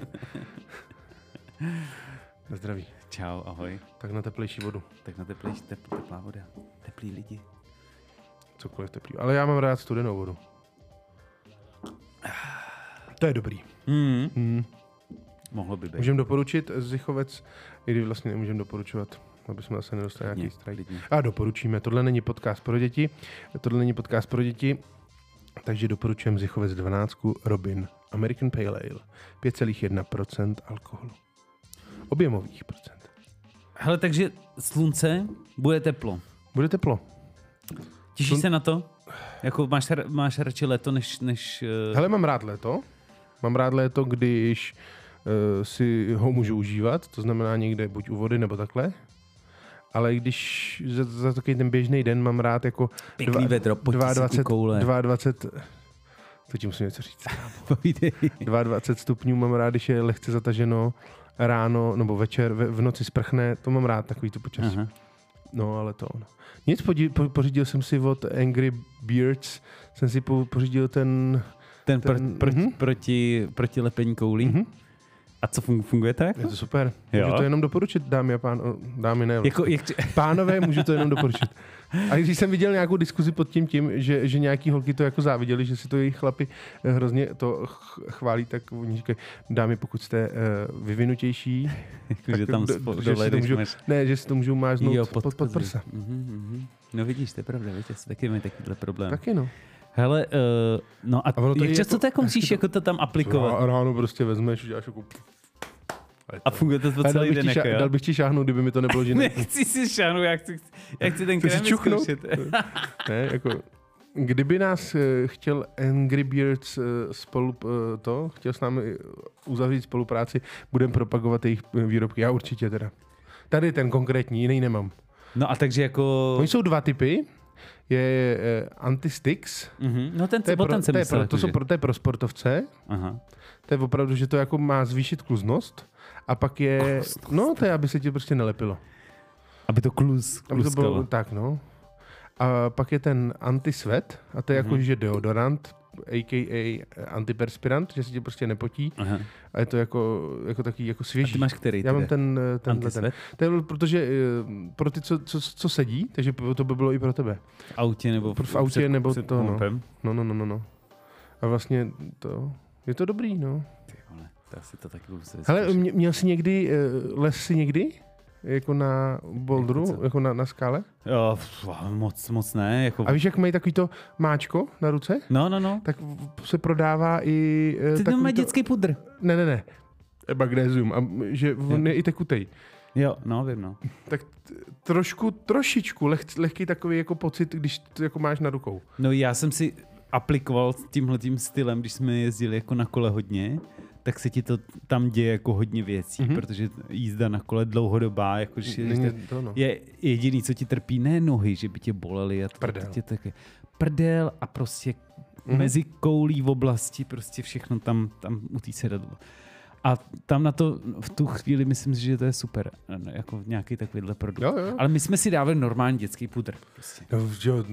Na zdraví. Čau, ahoj. Tak na teplejší vodu. Tak na teplá voda. Teplý lidi. Cokoliv teplý. Ale já mám rád studenou vodu. To je dobrý. Mohlo by být. Můžeme doporučit z Jichovec, i když vlastně nemůžeme doporučovat, aby jsme zase nedostali nějaký strajk. A doporučíme. Tohle není podcast pro děti. Takže doporučujeme z Jichovec 12 Robin American Pale Ale. 5,1% alkoholu. Objemových procent. Hele, takže slunce, bude teplo. Bude teplo. Těšíš se na to? Jako máš radši léto, než... Hele, mám rád léto. Mám rád léto, když si ho můžu užívat, to znamená někde buď u vody, nebo takhle. Ale když za takový ten běžný den mám rád jako... Pěkný vedro, 22, to ti musím něco říct. 22 stupňů mám rád, když je lehce zataženo ráno, nebo večer, v noci sprchne, to mám rád, takový to počasí. Aha. No, ale to ono. Nic, pořídil jsem si od Angry Birds, jsem si pořídil ten proti lepení koulí. A co funguje tak? Je to super. Jo? Můžu to jenom doporučit, dámy a dámy ne. Jako, Pánové, můžu to jenom doporučit. A když jsem viděl nějakou diskuzi pod tím, že nějaký holky to jako záviděli, že si to jejich chlapi hrozně to chválí, tak oni říkají, dámy, pokud jste vyvinutější, tak že tam že si to můžou máznout pod prsa. No vidíš, to je pravda, víte, taky mají takovýhle problém. Taky no. Hele, no a jak často to jako musíš jako to tam aplikovat? Ráno prostě vezmeš, uděláš jako... A funguje to po celý den, jako jo? Dal bych ti šáhnout, kdyby mi to nebylo, že Nechci si šáhnout, jak chci ten krém vyzkoušet. Ne, jako... Kdyby nás chtěl Angry Birds chtěl s námi uzavřít spolupráci, budeme propagovat jejich výrobky. Já určitě teda. Tady ten konkrétní, jiný nemám. No a takže jako... Oni jsou dva typy. Je Anti-Sticks. No ten jsem myslel. To je pro sportovce. Aha. To je opravdu, že to jako má zvýšit kluznost. A pak je... No, to je, aby se ti prostě nelepilo. Aby to kluskalo. Aby to bylo tak, no. A pak je ten anti-sweat. A to je jako, že deodorant, a.k.a. antiperspirant, že se ti prostě nepotí. Aha. A je to jako takový jako svěží. A ty máš který? Já mám tenhle. To je protože pro ty, co sedí, takže to by bylo i pro tebe. V autě nebo v autě nebo to, no. A vlastně to, je to dobrý, no. Ty vole, to asi to taky budu se hele, měl jsi někdy, les si někdy? Jako na bouldru, jako na skále? Jo, moc ne. Jako... A víš, jak mají takový to máčko na ruce? No. Tak se prodává i... Ty tam mají dětský pudr. Ne. Magnézium. A že on je i tekutej. Jo, no, vím, no. Tak trošičku lehký takový jako pocit, když to jako máš na rukou. No já jsem si aplikoval tímhletím stylem, když jsme jezdili jako na kole hodně, tak se ti to tam děje jako hodně věcí, protože jízda na kole dlouhodobá, jakože je jediný, co ti trpí, ne nohy, že by tě bolely. A prdel a prostě mezi koulí v oblasti, prostě všechno tam u té sedadlo. A tam na to v tu chvíli myslím si, že to je super, jako nějaký takovýhle produkt. Jo. Ale my jsme si dávali normální dětský pudr. Prostě. No, jo,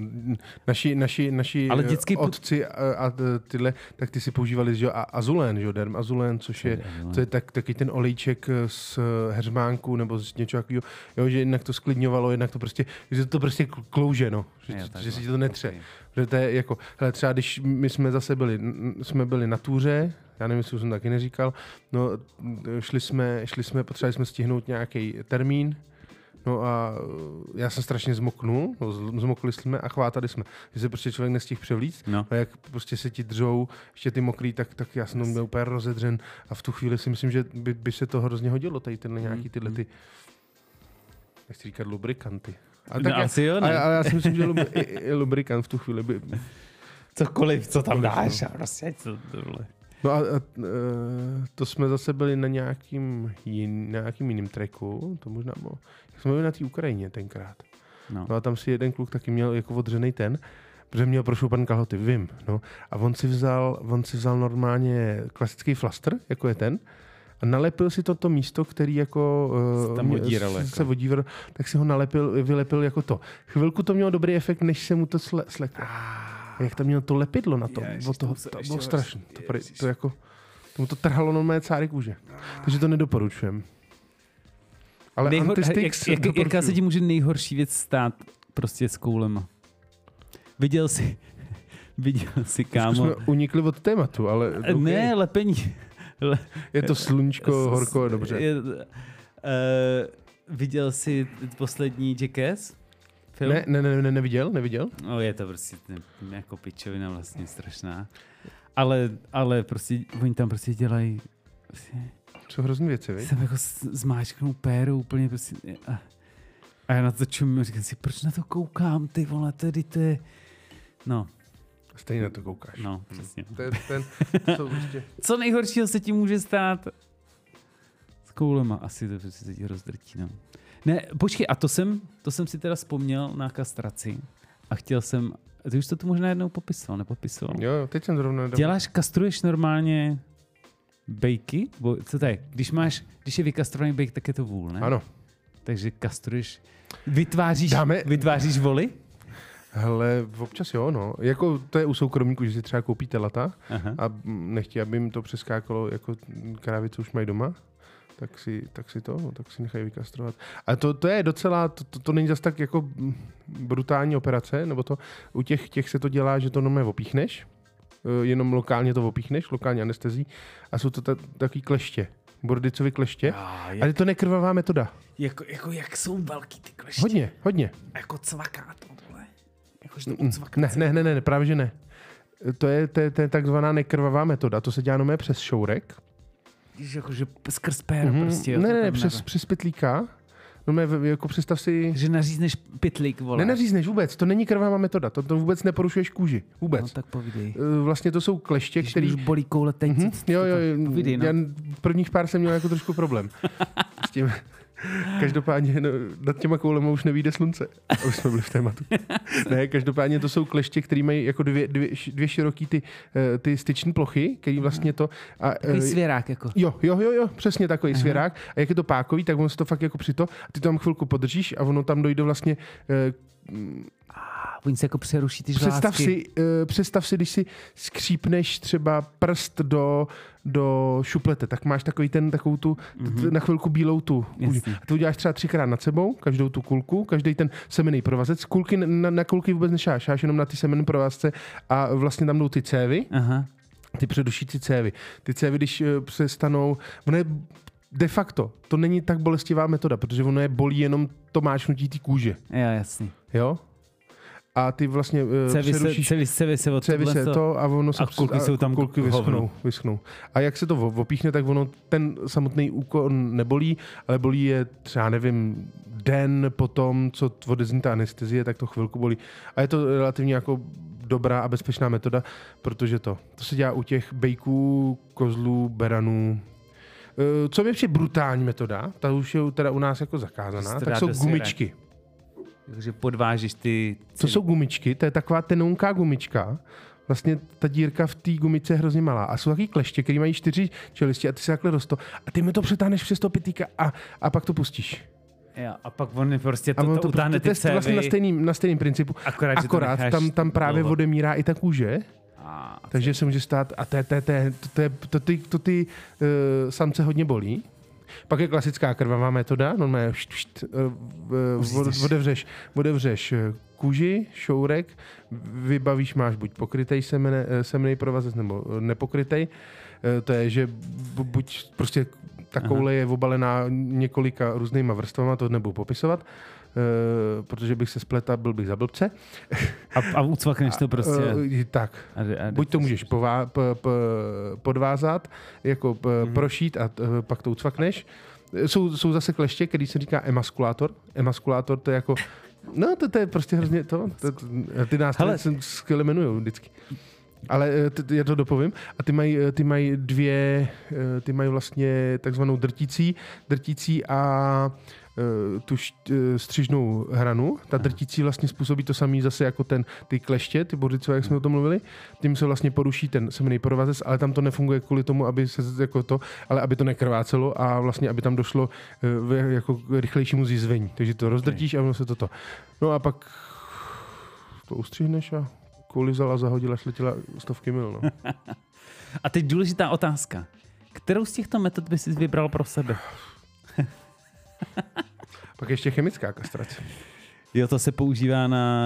naši otci a tyhle, tak ty si používali že, azulén, že, derm azulén, což je taky ten olejček z heřmánku nebo z něčeho takového, jo, že jednak to sklidňovalo, jednak to prostě, že to prostě klouže, no, že si to netře. Okay. Že to je jako, hele, třeba když my jsme zase byli na túře, já nevím, jestli jsem taky neříkal, no šli jsme, potřebovali jsme stihnout nějaký termín, no a já jsem strašně zmoknul, zmokli jsme a chvátali jsme, že se prostě člověk nestihl převlíct, no. A jak prostě se ti dřou ještě ty mokrý, tak já jsem byl úplně rozedřen a v tu chvíli si myslím, že by se to hrozně hodilo, tady nějaký tyhle ty, nechci říkat lubrikanty. Ale já si myslím, že lubrikant v tu chvíli by... Cokoliv, co tam dáš, a prostě tohle. No a to jsme zase byli na nějakým jiným tracku, to možná bylo, jsme byli na té Ukrajině tenkrát. No a tam si jeden kluk taky měl jako odřenej protože měl prošoupaný kalhoty, vím, no. A on si vzal normálně klasický flastr, jako je ten, a nalepil si to místo, který jako se odíralo, tak si ho vylepil jako to. Chvilku to mělo dobrý efekt, než se mu to sleklo. Jak tam mělo to lepidlo na to, to bylo strašné. To jako, tomu to trhalo normálně cáry kůže. Takže to nedoporučujem. Ale Anti-Sticks jaká se ti může nejhorší věc stát prostě s koulema? Viděl jsi, kámo. Jsme unikli od tématu, ale... Ne, lepení. Je to sluníčko, horko, dobře. Viděl jsi poslední Jackass? Film? Neviděl. No, je to prostě jako pičovina vlastně strašná. Ale prostě oni tam prostě dělají prostě, jsou hrozný věci, viď? Jsem jako zmáčknou péru úplně prostě a já na to čumím a říkám si, proč na to koukám, ty vole, tedy to je... No. Stejně na to koukáš. No, přesně. Prostě... Co nejhoršího se ti může stát s koulema? Asi to se ti rozdrtí, no. Ne, počkej, a to jsem si teda vzpomněl na kastraci a chtěl jsem, ty už to tu možná jednou nepopisoval? Jo, teď jsem zrovna... Kastruješ normálně bejky? Co to je? Když je vykastrovaný bejk, tak je to vůl, ne? Ano. Takže kastruješ, vytváříš voly? Hele, občas jo, no. Jako to je u soukromníků, že si třeba koupí telata a nechtí, aby jim to přeskákalo, jako krávy, co už mají doma, tak si nechají vykastrovat. A to je docela, to není zas tak jako brutální operace, nebo to u těch se to dělá, že to normálně opíchneš, jenom lokálně to opíchneš, lokální anestezí a jsou to takový kleště, bordicový kleště, ale to nekrvavá metoda. Jako jak jsou velký ty kleště? Hodně. A jako cvaká tohle. Jakože to ucvaká. Ne, právě že ne. To je takzvaná nekrvavá metoda, to se dělá jenom přes šourek. Jakože skrz péro prostě. Jo, ne, přes pytlíka. No, jako představ si... Že nařízneš pytlík, vole. Nenařízneš vůbec, to není krvavá metoda, to vůbec neporušuješ kůži, vůbec. No tak povídej. Vlastně to jsou kleště, který... Když bolí koule teď. Jo, povídej, no. Já prvních pár jsem měl jako trošku problém s tím. Každopádně nad těma koulema už nevyjde slunce. A už jsme byli v tématu. Ne, každopádně to jsou kleště, které mají jako dvě široký ty styční plochy, který vlastně to... Takový svěrák jako. Jo, přesně takový svěrák. A jak je to pákový, tak ono se to fakt jako přito. A ty tam chvilku podržíš a ono tam dojde vlastně... Oni se jako přeruší ty žlázky. Představ si, když si skřípneš třeba prst do šuplete, tak máš takovou tu na chvilku bílou tu kůži. A to uděláš třeba 3krát nad sebou, každou tu kulku, každý ten semenný provazec. Kulky na kulky vůbec nešáš jenom na ty semenné provazce a vlastně tam jdou ty cévy, ty předušící cévy. Ty cévy, když přestanou, ono je de facto, to není tak bolestivá metoda, protože ono je bolí jenom to máčnutí ty kůže. Jo, jasný. Jo? A ty vlastně přerušíš... Cévy se od to a ono se... A kulky jsou tam kulky vyschnou. A jak se to opíchne, tak ono ten samotný úkon nebolí, ale bolí je třeba, nevím, den potom, co odezní ta anestezie, tak to chvilku bolí. A je to relativně jako dobrá a bezpečná metoda, protože to se dělá u těch bejků, kozlů, beranů. Co je ještě brutální metoda, ta už je teda u nás jako zakázaná, tak jsou gumičky. Takže podvážíš ty... To jsou gumičky, to je taková tenonká gumička. Vlastně ta dírka v té gumice je hrozně malá. A jsou taky kleště, které mají 4 čelisti a ty se takhle rostou. A ty mi to přetáhneš přes toho pytlíka a pak to pustíš. Jo, a pak on prostě to utáhne ty cévy. Vlastně na stejným principu. Akorát tam právě odemírá i ta kůže. Takže se může stát, a to ty samce hodně bolí. Pak je klasická krvavá metoda, normálně odevřeš kůži, šourek, vybavíš, máš buď pokrytej semenný provazec nebo nepokrytej. To je, že buď prostě ta koule je obalená několika různýma vrstvama, to nebudu popisovat, protože bych se spletl, byl bych za blbce. A ucvakneš to prostě. Tak. Buď to můžeš podvázat, jako prošít a pak to ucvakneš. Jsou zase kleště, který se říká emaskulátor. Emaskulátor to je jako, no to je prostě hrozně ty nástroje se skvěle jmenujou vždycky. Ale já to dopovím. A ty mají ty mají vlastně takzvanou drtící a tu střižnou hranu. Ta drtící vlastně způsobí to samý zase jako ty kleště, ty bordicové, jak jsme o tom mluvili. Tím se vlastně poruší ten semenný provazec, ale tam to nefunguje kvůli tomu, aby se jako to, ale aby to nekrvácelo a vlastně, aby tam došlo jako k rychlejšímu zjizvení. Takže to rozdrtíš a ono se toto. No a pak to ustřihneš a kouli vzala, zahodila, šletěla stovky mil. No. A teď důležitá otázka. Kterou z těchto metod bys vybral pro sebe? Pak ještě chemická kastrace. Jo, to se používá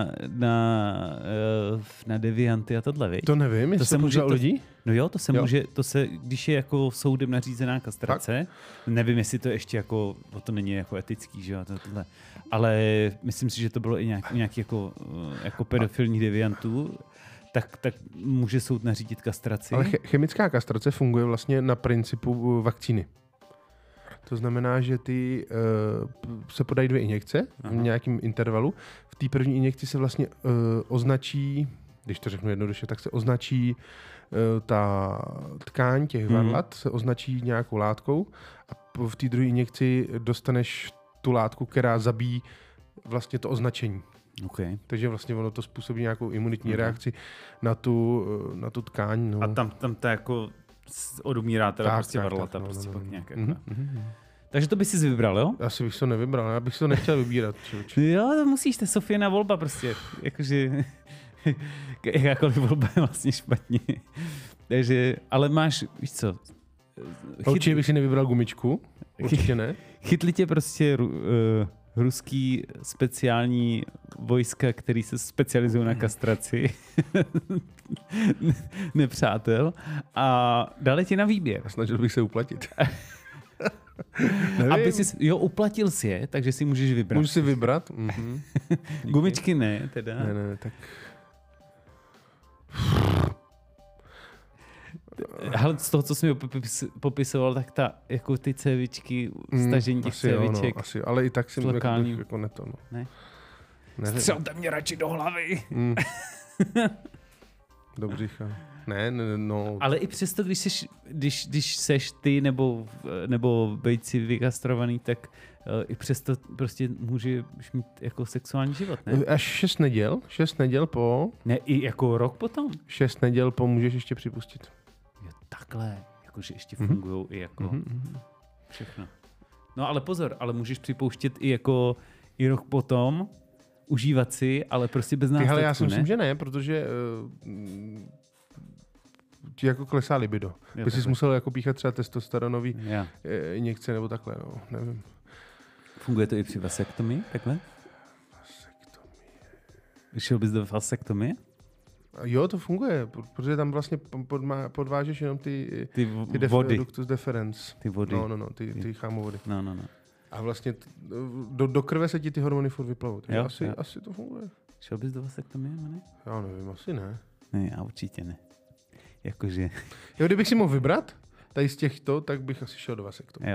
na devianty a tohle, viď? To nevím, jestli to používá lidí? No jo, to se, když je jako soudem nařízená kastrace, nevím, jestli to ještě jako, to není jako etický, že jo, tohle. Ale myslím si, že to bylo i nějaký jako pedofilních deviantů, tak může soud nařídit kastraci. Ale chemická kastrace funguje vlastně na principu vakcíny. To znamená, že ty se podají 2 injekce v nějakém intervalu. V té první injekci se vlastně označí, když to řeknu jednoduše, tak se označí ta tkáň těch varlat, se označí nějakou látkou a v té druhé injekci dostaneš tu látku, která zabíjí vlastně to označení. Okay. Takže vlastně ono to způsobí nějakou imunitní reakci na tu tkáň. No. A tam to jako odumírá teda prostě varlata, prostě pak nějak. Takže to by si vybral, jo? Asi bych to nevybral, já bych to nechtěl vybírat. Jo, to musíš, to je Sofína volba prostě. Jakože jakákoliv volba je vlastně špatně. Takže, ale máš, víš co? Určitě bych si nevybral gumičku. Určitě ne. Chytli tě prostě ruský speciální vojska, který se specializují na kastraci nepřátel a dali ti na výběr. A snažil bych se uplatit. Aby jsi, uplatil si je, takže si můžeš vybrat. Můžu si vybrat? Mhm. Gumičky ne, teda. Ne, tak... Ale z toho, co jsi mi popisoval, tak jako ty cévičky, stažení těch céviček. No, asi, ale i tak si jako neto. No. Ne? Střelte mě radši do hlavy. Do břicha. Ne, no. Ale i přesto, když seš ty nebo bejci vykastrovaný, tak i přesto prostě můžeš mít jako sexuální život, ne? Až 6 neděl po... Ne, i jako rok potom? 6 neděl po můžeš ještě připustit. Jo, takhle, jakože ještě fungujou i jako všechno. No ale pozor, ale můžeš připouštět i jako i rok potom, užívat si, ale prostě bez následku, já si myslím, že ne, protože ti jako klesá libido. By jsi musel jako píchat třeba testosteronový injekce nebo takhle, no, nevím. Funguje to i při vasektomii, takhle? Vyšel bys do vasektomie? Jo, to funguje, protože tam vlastně podvážeš jenom ty vody. Ductus deferens. Ty vody. No, ty chámovody. No. A vlastně do krve se ti ty hormony furt vyplavou. Takže asi to funguje. Šel bys do vasektomie, ne? Já nevím, asi ne. Ne, já určitě ne. Jakože... Jo, kdybych si mohl vybrat tady z těchto, tak bych asi šel do vasektomie. Jo.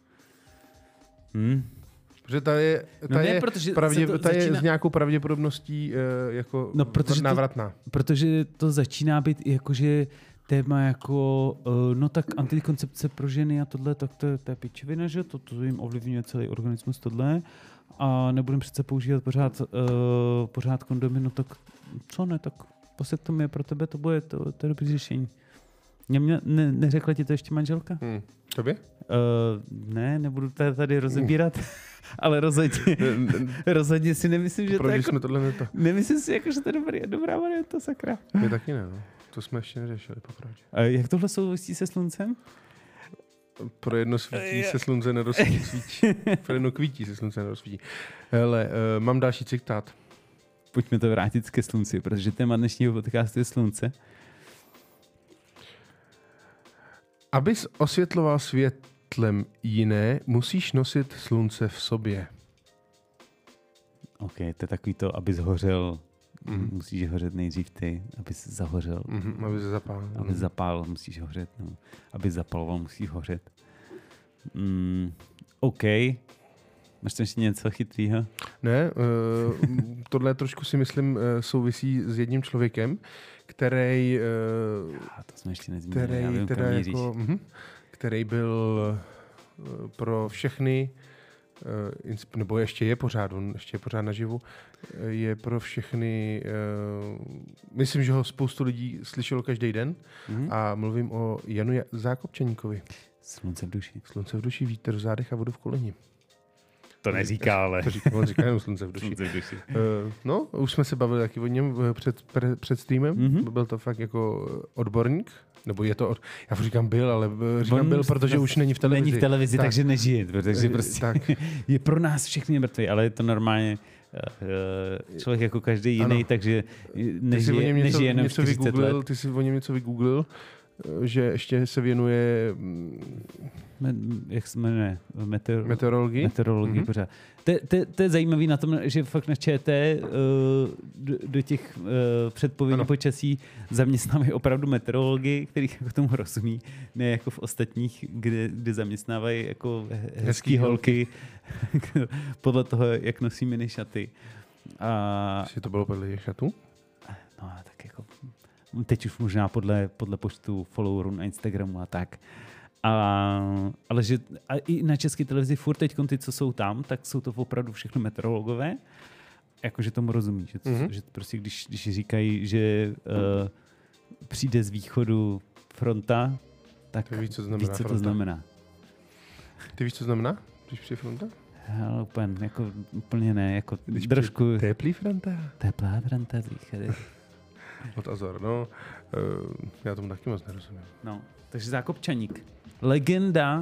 Protože ta je s nějakou pravděpodobností jako návratná. Protože to začíná být jakože téma jako, no tak antikoncepce pro ženy a tohle, tak to je pičovina, že? To jim ovlivňuje celý organismus tohle. A nebudeme přece používat pořád kondomy, no tak co ne, tak vasektomie pro tebe to je dobrý řešení. Neřekla ti to ještě manželka? Tobě? Ne, nebudu tady rozebírat, ale rozhodně si nemyslím, že to jako... jsme tohle neto. Nemyslím si, jako, že to je dobrá varianta, sakra. My taky ne, no. To jsme ještě neřešili, popravdě. Jak tohle souvisí se sluncem? Pro jedno svítí se slunce nerozsvítí. Pro jedno kvítí se slunce nerozsvítí. Hele, mám další citát. Pojďme to vrátit ke slunci, protože téma dnešního podcastu je slunce. Abys osvětloval světlem jiné, musíš nosit slunce v sobě. OK, to je takový to, abys hořel, musíš hořet nejdřív ty, abys zahořel. Abys zapálil. Abys zapálil, musíš hořet. No. Abys zapaloval, musíš hořet. OK. Máš tam ještě něco chytrýho? Ne, tohle trošku si myslím souvisí s jedním člověkem, který... to jsme ještě nezmínili, já vím, kam míříš. Který byl pro všechny, nebo ještě je pořád naživu, je pro všechny, myslím, že ho spoustu lidí slyšelo každý den a mluvím o Janu Zákopčaníkovi. Slunce v duši. Slunce v duši, vítr v zádech a vodu v koleni. To neříká, ale. On říká jenom slunce v duši. No, už jsme se bavili taky o něm před streamem. Byl to fakt jako odborník. Nebo je to já říkám byl, ale říkám byl, protože už není v televizi. Není v televizi, tak. Takže nežije. Takže prostě tak. Je pro nás všechny mrtvý, ale je to normálně člověk jako každý jiný, ano. Takže nežije jenom 40 let. Ty jsi o něm něco vygooglil, že ještě se věnuje jak se jmenuje? Meteorologii pořád. To je zajímavé na tom, že fakt na ČT do těch předpovědí počasí zaměstnávají opravdu meteorology, kterých jako tomu rozumí, ne jako v ostatních, kde zaměstnávají jako hezký holky podle toho, jak nosí mini šaty. Jestli to bylo podle těch šatů? No, tak jako teď už možná podle počtu followerů na Instagramu a tak. Ale že i na české televizi furt teď ty, co jsou tam, tak jsou to opravdu všechno meteorologové. Jakože tomu rozumí. Že prostě když říkají, že přijde z východu fronta, tak víc, co to znamená. Ty víš, co znamená, když přijde fronta? Ale úplně ne, jako trošku... Teplý fronta? Teplá fronta, východy. Od Azor, no. Já tomu taky moc nerozumím. No, takže Zákopčaník. Legenda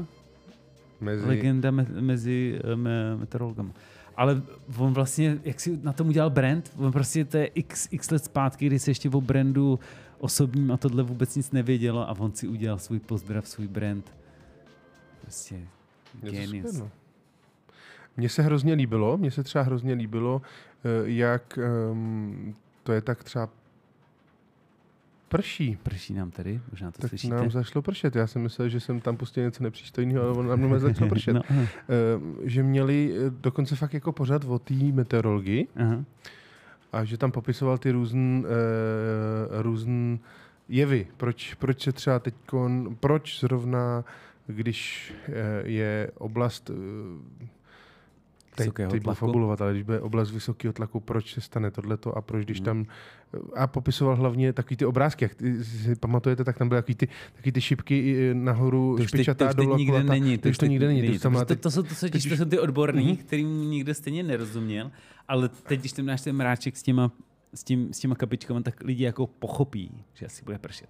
mezi meteorologama. Ale on vlastně, jak si na tom udělal brand, on prostě to je x let zpátky, kdy se ještě o brandu osobním a tohle vůbec nic nevědělo a on si udělal svůj pozdrav, svůj brand. Prostě genius. No. Mně se třeba hrozně líbilo, jak to je tak třeba prší. Prší nám tady, možná to tak slyšíte. Nám zašlo pršet. Já jsem myslel, že jsem tam pustil něco nepřístojného, ale on nám začalo pršet. No. Že měli dokonce fakt jako pořád o té meteorologii. Aha. A že tam popisoval ty různý jevy. Proč se třeba teďkon, proč zrovna, když je oblast teď budu fabulovat, ale když bude oblast vysokého tlaku, proč se stane tohleto a proč, když tam... A popisoval hlavně takový ty obrázky, jak si pamatujete, tak tam byly takový ty šipky nahoru, špičatá dolů. To nikde není. To nikde není. To jsou ty odborní, kterým nikdo stejně nerozuměl, ale teď, když tam dáš ten mráček s těma kapičkama, tak lidi jako pochopí, že asi bude pršet.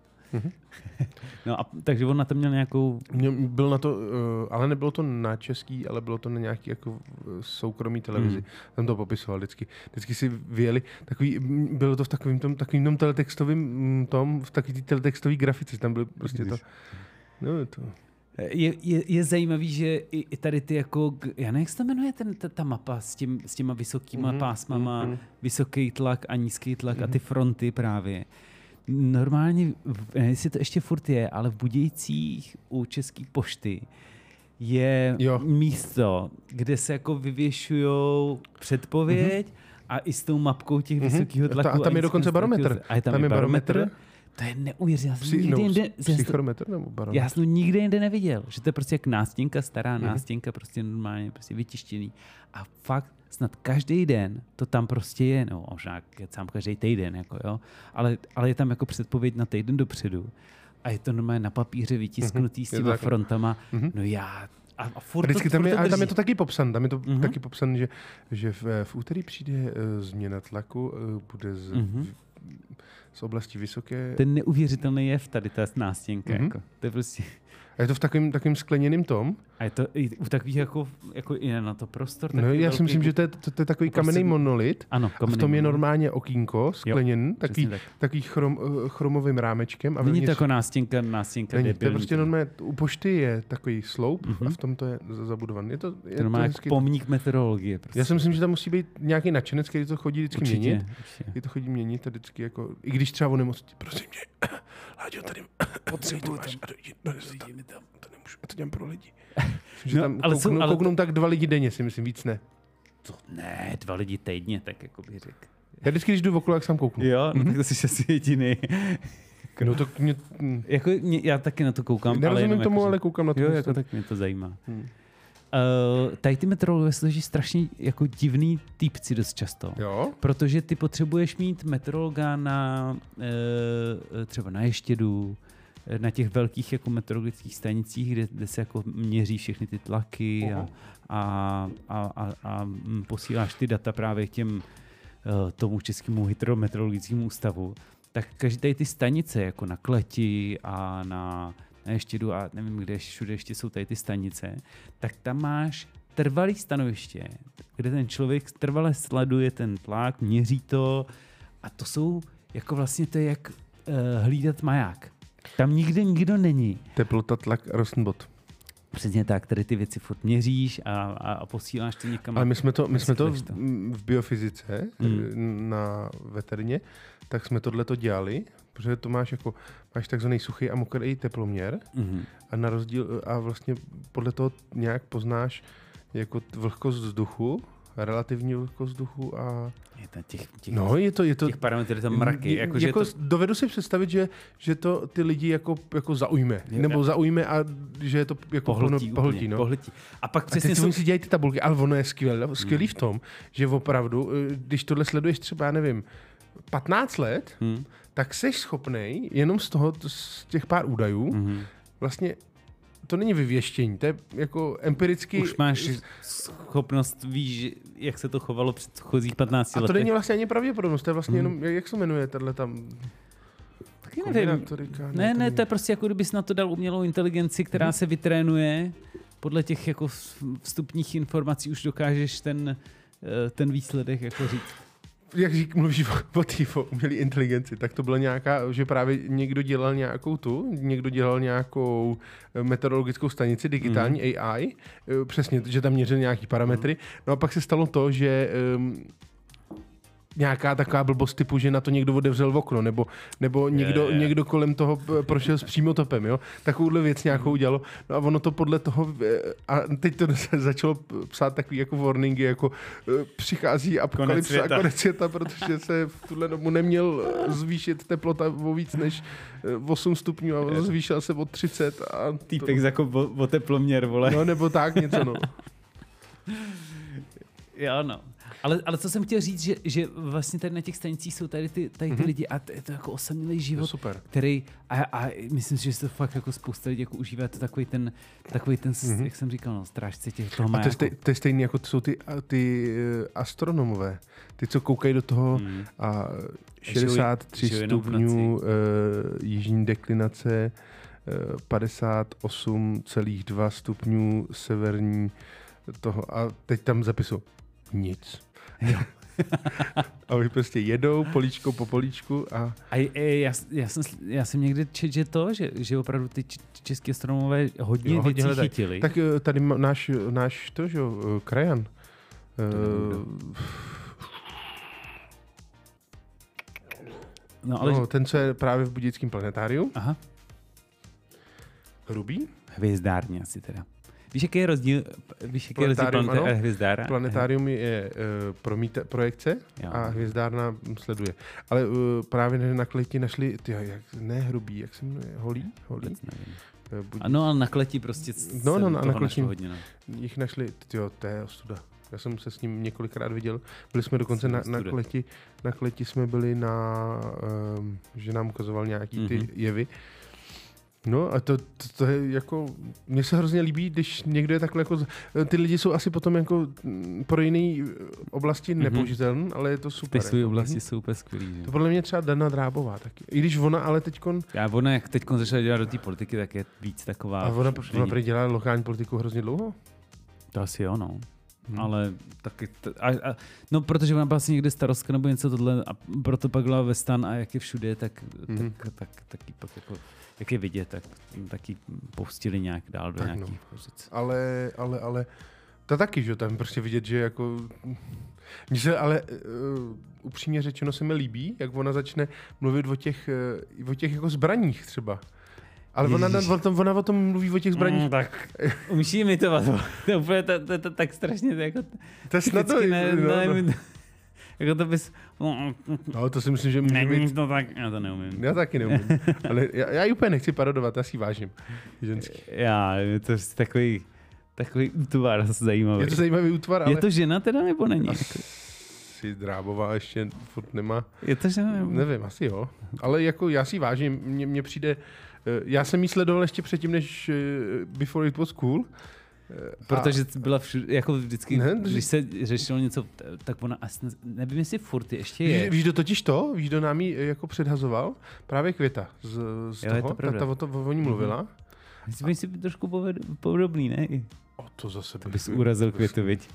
No a takže on na to měl nějakou... Byl na to, ale nebylo to na český, ale bylo to na nějaký jako soukromý televizi. Tam to popisoval vždycky. Vždycky si vyjeli, bylo to v takovým teletextovým v takový teletextový grafice. Tam byly prostě to... No, to... Je zajímavý, že i tady ty jako, já nevím, jak se to jmenuje ta mapa s těma vysokýma pásmama, vysoký tlak a nízký tlak a ty fronty právě. Normálně, jestli to ještě furt je, ale v Budějcích u České pošty je místo, kde se jako vyvěšujou předpověď a i s tou mapkou těch vysokého tlaku. A tam je dokonce barometr. A tam je barometr. To je neuvěřitelné. Psychrometr nebo barometr? Já jsem to nikde jinde neviděl. Že to je prostě jak nástěnka, stará nástěnka, prostě normálně prostě vytištěný. A fakt snad každý den to tam prostě je, no možná sám každý týden, jako jo, ale je tam jako předpověď na týden dopředu. A je to normálně na papíře vytisknutý s těma frontama. No já... A furt vždycky tam je to taky popsan. Tam je to taky popsan, že v úterý přijde změna tlaku, bude z oblasti vysoké. Ten neuvěřitelný jev tady, ta nástěnka. Jako. To je prostě... A je to v takovým skleněným tom? A je to i v takových jako i na to prostor. No, já si myslím, že to je takový kamenný monolit. Ano, a v tom je normálně okýnko skleněný, takový chromovým rámečkem. A není to jako nástěnka není, to je prostě normálně, u pošty je takový sloup a v tom to je zabudovaný. Je to normálně pomník meteorologie. Prostě. Já si myslím, že tam musí být nějaký nadšenec, který to chodí vždycky měnit. Je to chodí měnit a vždycky jako, i když třeba onemocní, prosím mě, Láďo, tady potřebuji tam a dojdi tam. To nemůžu, a to dělám pro lidi. Že tam kouknou tak 2 lidi denně, si myslím, víc ne. To ne, 2 lidi týdně, tak jako bych řekl. Já vždycky, když jdu okolo, jak sám kouknu. Jo, no tak to jsi asi jediný. No to já taky na to koukám. Nerozumím tomu, ale koukám na to. Jo, jako tak mě to zajímá. Tady ty meteorologové složí strašně jako divný týpci dost často. Jo? Protože ty potřebuješ mít meteorologa třeba na Ještědu, na těch velkých jako meteorologických stanicích, kde se jako měří všechny ty tlaky a posíláš ty data právě k tomu Českému hydrometeorologickému ústavu. Tak každý ty stanice, jako na Kleti a na Ještědu a nevím, kde všude ještě jsou tady ty stanice, tak tam máš trvalý stanoviště, kde ten člověk trvale sleduje ten tlak, měří to a to jsou jako vlastně to je jak hlídat maják. Tam nikde nikdo není. Teplota, tlak, rostnbot. Přesně tak, tady ty věci furt měříš a posíláš to někam. Ale my jsme to v biofyzice na veterině, tak jsme tohleto dělali, protože to máš takzvaný suchý a mokrý teploměr a na rozdíl a vlastně podle toho nějak poznáš jako vlhkost vzduchu, relativní vlhkost vzduchu a je to těch parametrů tam mraky. Dovedu si představit, že to ty lidi jako zaujme. Nebo zaujme a že je to jako pohltí. No. A pak přesně teď si dělají ty tabulky, ale ono je skvělý v tom, že opravdu, když tohle sleduješ třeba, nevím, 15 let, tak jsi schopnej jenom z těch pár údajů vlastně to není vyvěštění, to je jako empiricky... Už máš schopnost, víš, jak se to chovalo před předchozích 15 letech. A to není vlastně ani pravděpodobnost, to je vlastně jenom, jak se jmenuje tahle tam... Taky nevím. Ne, to je prostě jako kdybys na to dal umělou inteligenci, která se vytrénuje. Podle těch jako vstupních informací už dokážeš ten výsledek jako říct. Jak mluvíš o umělé inteligenci, tak to byla nějaká, že právě někdo dělal nějakou meteorologickou stanici, digitální AI, přesně, že tam měřil nějaký parametry. No a pak se stalo to, že nějaká taková blbost typu, že na to někdo otevřel okno, nebo někdo kolem toho prošel s přímotopem, jo? Takovouhle věc nějakou udělalo. No a ono to podle toho, a teď to začalo psát takový jako warningy, jako přichází apokalypsa a konec světa, protože se v tuhle dobu neměl zvýšit teplota o víc než 8 stupňů a zvýšil se o 30. A týpek jako o teploměr, vole. No nebo tak něco, no. Jo, no. Ale co jsem chtěl říct, že vlastně tady na těch stanicích jsou tady ty lidi a je to jako osamělý život, super. Který a myslím si, že se to fakt jako spousta lidí jako užívá, to takový ten jak jsem říkal, no, strážce toho má. A to je stejný, jako to jsou ty astronomové, ty, co koukají do toho a 63 stupňů jižní deklinace, 58,2 stupňů severní toho a teď tam zapisu nic. A oni prostě jedou políčko po políčku a já jsem někdy četl, že opravdu ty české astronomové hodně věcí chytili. Tak tady náš to, že jo, krajan. Ten, co je právě v Budějickém planetáriu. Aha. Hrubý? Hvězdárně asi teda. Víš, jaký je rozdíl hvězdára? Planetárium je projekce a hvězdárna sleduje. Ale právě na kleti našli, ne hrubý, jak se jmenuje, holí? Ano, ale na kleti prostě na kleti hodně. Jich našli, to je ostuda. Já jsem se s ním několikrát viděl. Byli jsme dokonce na kleti jsme byli že nám ukazoval nějaký ty jevy. No a to je jako, mně se hrozně líbí, když někdo je takhle jako, ty lidi jsou asi potom jako pro jiné oblasti nepoužitelný, ale je to super. Ty své oblasti jsou úplně skvělý. To podle mě třeba Dana Drábová taky. I když ona ale teďkon... Ona jak teďkon začala dělat do té politiky, tak je víc taková... A ona prý dělá lokální politiku hrozně dlouho? To asi jo, no. Ale taky... No, protože ona byla asi někde starostka nebo něco tohle a proto pak byla ve stan a jak je všude, tak taky pak jako... Jak je vidět, tak ji pustili nějak dál do nějakých pozic. Ale to taky, že tam prostě vidět, že jako... Mně se ale upřímně řečeno se mi líbí, jak ona začne mluvit o těch jako zbraních třeba. Ale ona o tom mluví o těch zbraních. Tak umíš imitovat. To je úplně to tak strašně. To je snad to... Jako to bys... No, to si myslím, že může být... to tak, já to neumím. Já taky neumím. Ale já ji úplně nechci parodovat, já si vážím. Ženský. Je to takový útvar zajímavý. Je to zajímavý útvar, ale... Je to žena teda, nebo není? Asi Drábová ještě furt nemá. Je to žena, nebo? Nevím, asi jo. Ale jako já si vážím, mně přijde... Já jsem jí sledoval ještě předtím, než Before It Was Cool. Protože byla jako vždycky, když se řešilo něco, tak ona asi, nevím, jestli furt ještě je. Víš, víš, kdo nám jí jako předhazoval? Právě Květa z toho, ta o ní mluvila. Myslím, že jsi trošku podobný, ne? To zase to bys urazil Květu, viď?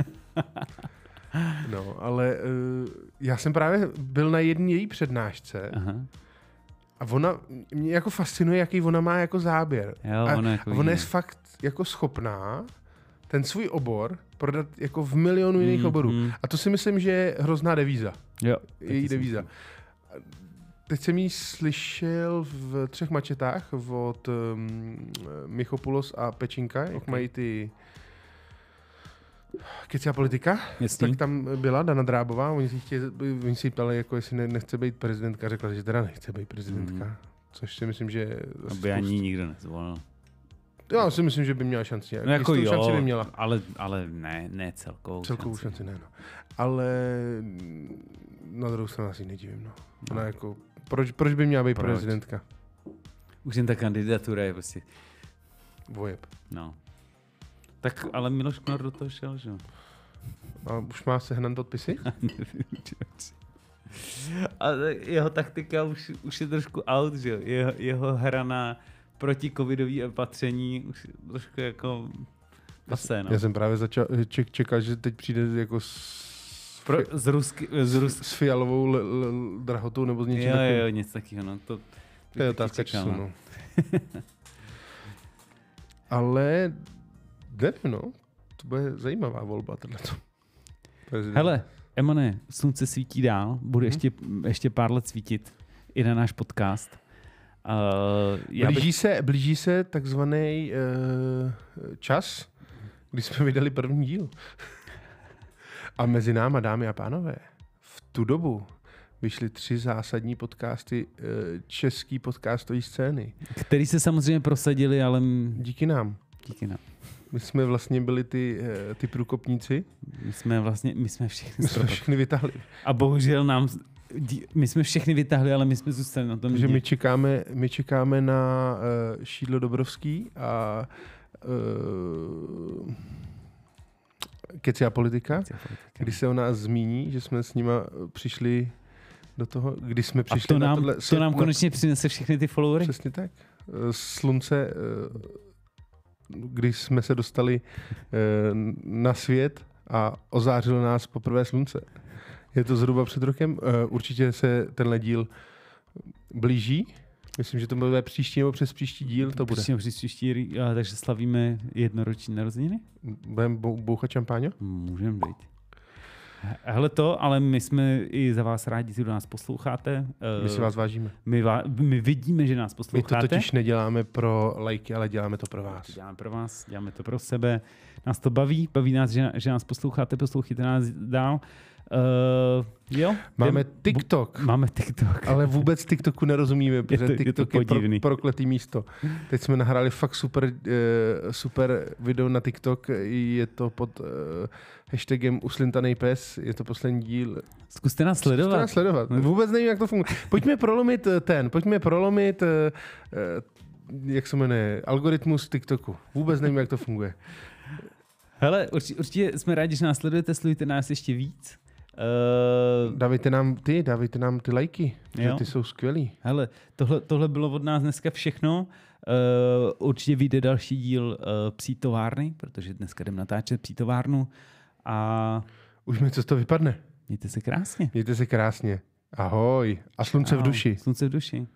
No, ale já jsem právě byl na jedné její přednášce. Aha. A mě jako fascinuje, jaký ona má jako záběr. Jo, ona je fakt jako schopná ten svůj obor prodat jako v milionu jiných oborů. A to si myslím, že je hrozná devíza. Jo. Její devíza. Teď jsem ji slyšel v 3 mačetách od Michopoulos a Pečinka, jak mají ty Kecia politika, tak tam byla Dana Drábová, oni si ptali, jako jestli nechce být prezidentka, řekla, že teda nechce být prezidentka, což si myslím, že... Aby ani nikdo nezvolil. Já si myslím, že by měla šanci. No jako jo, šanci by měla. Ale ne celkovou šanci ne, no. Ale na druhou stranu asi nedivím, no. Ona jako, proč by měla být prezidentka? Už jen ta kandidatura je prostě... Vojeb. No. Tak ale Miloš Knor do toho šel, že jo? A už má sehnat podpisy? A jeho taktika už je trošku out, že jo? Jeho hra na protikovidový opatření už trošku jako pasé, no. Já jsem právě čekal, že teď přijde jako s fialovou drahotou nebo s něčím takovým. Jo, něco takového, no. To je otázka času, no. Ale nevím, no. To bude zajímavá volba, tohleto. Hele, Emone, slunce svítí dál, bude ještě pár let svítit i na náš podcast. Blíží se takzvaný čas, kdy jsme vydali první díl. A mezi náma, dámy a pánové, v tu dobu vyšly 3 zásadní podcasty český podcastové scény. Který se samozřejmě prosadili, ale... Díky nám. My jsme vlastně byli ty průkopníci. My jsme všechny vytáhli. A bohužel my jsme všechny vytáhli, ale my jsme zůstali na tom. Takže my čekáme na Šídlo Dobrovský a Keci a politika, kdy se o nás zmíní, že jsme s nima přišli do toho, kdy jsme přišli na tohle. To nám konečně přinese všechny ty followery? Přesně tak. Slunce, když jsme se dostali na svět a ozářilo nás poprvé slunce. Je to zhruba před rokem. Určitě se tenhle díl blíží. Myslím, že to bude příští nebo přes příští díl. To bude. Příští, takže slavíme jednoroční narozeniny? Budeme bouchat šampáňo? Můžeme být. Hele ale my jsme i za vás rádi, že do nás posloucháte. My si vás vážíme. My vidíme, že nás posloucháte. My to totiž neděláme pro lajky, ale děláme to pro vás. Děláme pro vás, děláme to pro sebe. Nás to baví nás, že nás posloucháte, poslouchejte nás dál. Jo? Máme TikTok. Ale vůbec TikToku nerozumíme, protože TikTok je prokletý místo. Teď jsme nahrali fakt super video na TikTok. Je to pod hashtagem Uslintanej pes. Je to poslední díl. Zkuste nás sledovat. Vůbec nevím, jak to funguje. Pojďme prolomit jak se jmenuje, algoritmus TikToku. Vůbec nevím, jak to funguje. Hele, určitě jsme rádi, že nás sledujete nás ještě víc. Dávejte nám ty lajky, že ty jsou skvělý. Hele, tohle bylo od nás dneska všechno. Určitě vyjde další díl Psí továrny, protože dneska jdem natáčet Psí továrnu. A už mi co z toho vypadne. Mějte se krásně. Ahoj. A slunce v duši. Slunce v duši.